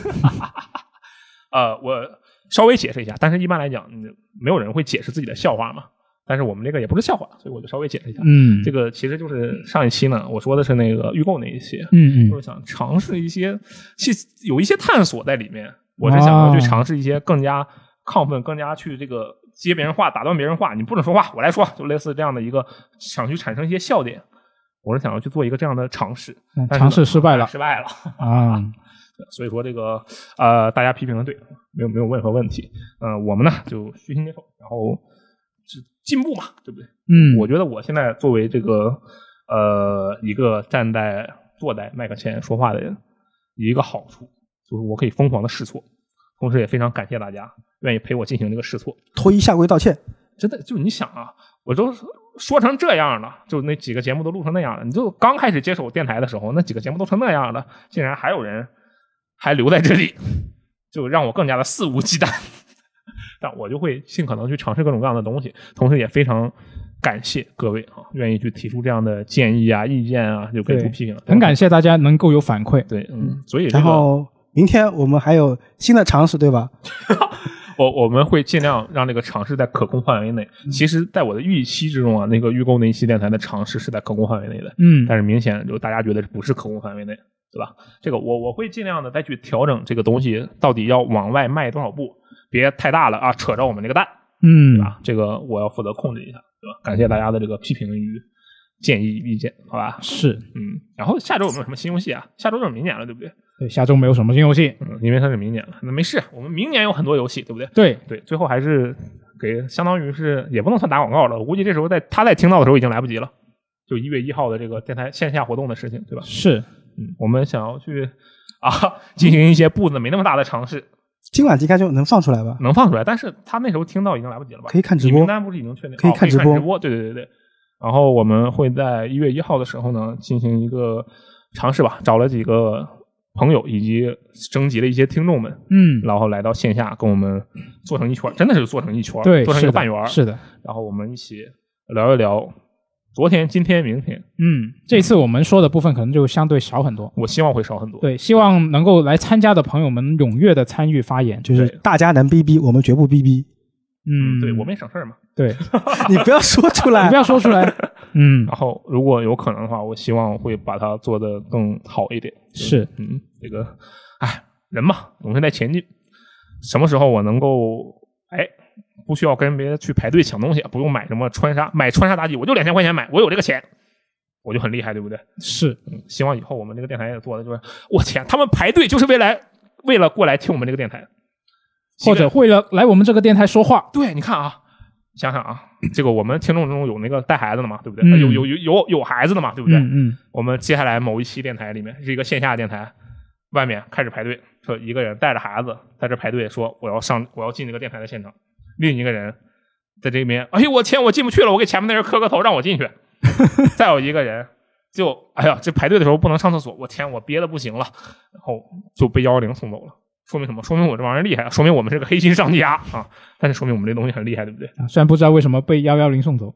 呃，我稍微解释一下，但是一般来讲，没有人会解释自己的笑话嘛。但是我们这个也不是笑话，所以我就稍微解释一下。 嗯， 这个其实就是上一期呢，我说的是那个预购那一期， 嗯嗯， 就是想尝试一些，去有一些探索在里面。我是想要去尝试一些更加亢奋、更加去这个接别人话、打断别人话，你不准说话，我来说，就类似这样的一个，想去产生一些笑点。我是想要去做一个这样的尝试， 嗯、尝试失败了， 失败了啊。 所以说这个呃，大家批评的对，没有没有任何问题。嗯、呃，我们呢就虚心接受，然后进步嘛，对不对？ 嗯， 我觉得我现在作为这个呃一个站在坐在麦克前说话的人，有一个好处就是我可以疯狂的试错，同时也非常感谢大家愿意陪我进行这个试错。 脱衣下跪道歉， 真的就你想啊，我都说成这样了，就那几个节目都录成那样了，你就刚开始接手电台的时候，那几个节目都成那样了，竟然还有人还留在这里，就让我更加的肆无忌惮。但我就会尽可能去尝试各种各样的东西，同时也非常感谢各位啊，愿意去提出这样的建议啊、意见啊，就给出批评了。 很感谢大家能够有反馈。 对，嗯，所以、这个、 然后明天我们还有新的尝试，对吧？ 我我们会尽量让这个尝试在可控范围内。嗯、其实，在我的预期之中啊，那个预购那一期电台的尝试是在可控范围内的。 嗯， 但是明显就大家觉得不是可控范围内，对吧？这个我我会尽量的再去调整这个东西到底要往外迈多少步，别太大了啊，扯着我们这个蛋， 嗯， 对吧？这个我要负责控制一下，对吧？感谢大家的这个批评与建议意见，好吧？ 是， 嗯。然后下周有没有什么新游戏啊？下周就是明年了，对不对？ 对，下周没有什么新游戏， 嗯，因为它是明年了，那没事，我们明年有很多游戏，对不对？ 对对，最后还是给，相当于是也不能算打广告了，我估计这时候在他在听到的时候已经来不及了，就一月一号的这个电台线下活动的事情，对吧？ 是， 嗯，我们想要去啊进行一些步子没那么大的尝试， 今晚应该就能放出来吧？ 能放出来，但是他那时候听到已经来不及了吧？ 可以看直播， 名单不是已经确定？ 可以看直播， 哦、直播，对对对对。然后我们会在一月一号的时候呢进行一个尝试吧，找了几个朋友以及征集了一些听众们， 嗯， 然后来到线下跟我们做成一圈，真的是做成一圈， 对， 做成一个半圆， 是的。 然后我们一起聊一聊昨天、今天、明天。 嗯，这次我们说的部分可能就相对少很多， 我希望会少很多。 对，希望能够来参加的朋友们踊跃的参与发言， 就是大家能逼逼，我们绝不逼逼。 嗯， 对，我们也省事嘛。 对， 你不要说出来， 你不要说出来。嗯， 然后如果有可能的话，我希望会把它做得更好一点。 是， 嗯，这个，哎，人嘛，总是在前进。什么时候我能够，哎，不需要跟别人去排队抢东西，不用买什么穿沙，买穿沙妲己，我就两千块钱买，我有这个钱，我就很厉害，对不对？ 是， 嗯，希望以后我们这个电台也做的就是，我天，他们排队就是为来为了过来听我们这个电台， 或者为了来我们这个电台说话。 对，你看啊。想想啊，这个我们听众中有那个带孩子的嘛，对不对？ 嗯、 有有有有有孩子的嘛，对不对？ 嗯嗯。 我们接下来某一期电台里面是一个线下电台，外面开始排队，说一个人带着孩子在这排队，说我要上，我要进这个电台的现场。另一个人在这边，哎呦我天，我进不去了，我给前面那人磕个头，让我进去。再有一个人就，哎呀，这排队的时候不能上厕所，我天，我憋得不行了，然后就被幺二零送走了。说明什么？说明我这玩意儿厉害，说明我们是个黑心商家啊！但是说明我们这东西很厉害，对不对？ 啊，虽然不知道为什么被幺幺零送走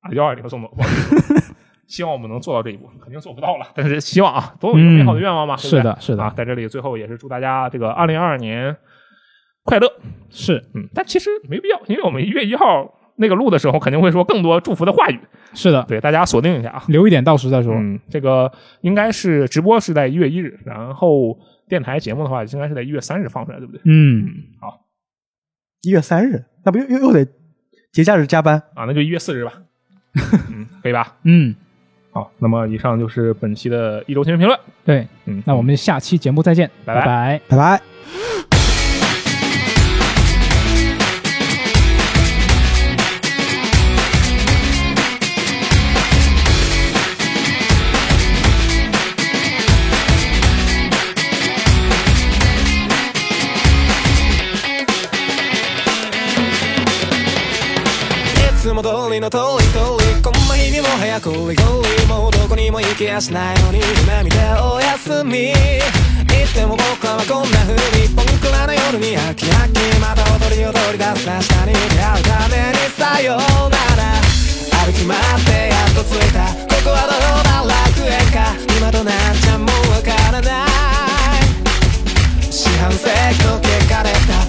啊，幺二零送走王力。希望我们能做到这一步，肯定做不到了，但是希望啊，都有一个美好的愿望嘛。嗯、对不对是的，是的啊，在这里最后也是祝大家这个二零二二年快乐。 是， 嗯，但其实没必要，因为我们一月一号那个录的时候肯定会说更多祝福的话语。 是的， 对，大家锁定一下啊， 留一点到时再说。 嗯，这个应该是直播是在一月一日，然后电台节目的话应该是在一月三日放出来，对不对？ 嗯， 好， 一月三日，那不又又又得节假日加班啊？那就一月四日吧。嗯，可以吧？ 嗯。 好，那么以上就是本期的一周新闻评论。 对， 嗯， 那我们下期节目再见， 拜拜拜拜。 拜拜。 いつも通りの通り通りこんな日にも早くリゴリもうどこにも行きやしないのに夢見ておやすみいつでも僕らはこんな風に僕らの夜に飽き飽きまた踊り踊り出す明日に出会うためにさようなら歩き回ってやっと着いたここはどうだ楽園か今となっちゃもうわからない四半世紀の結果できた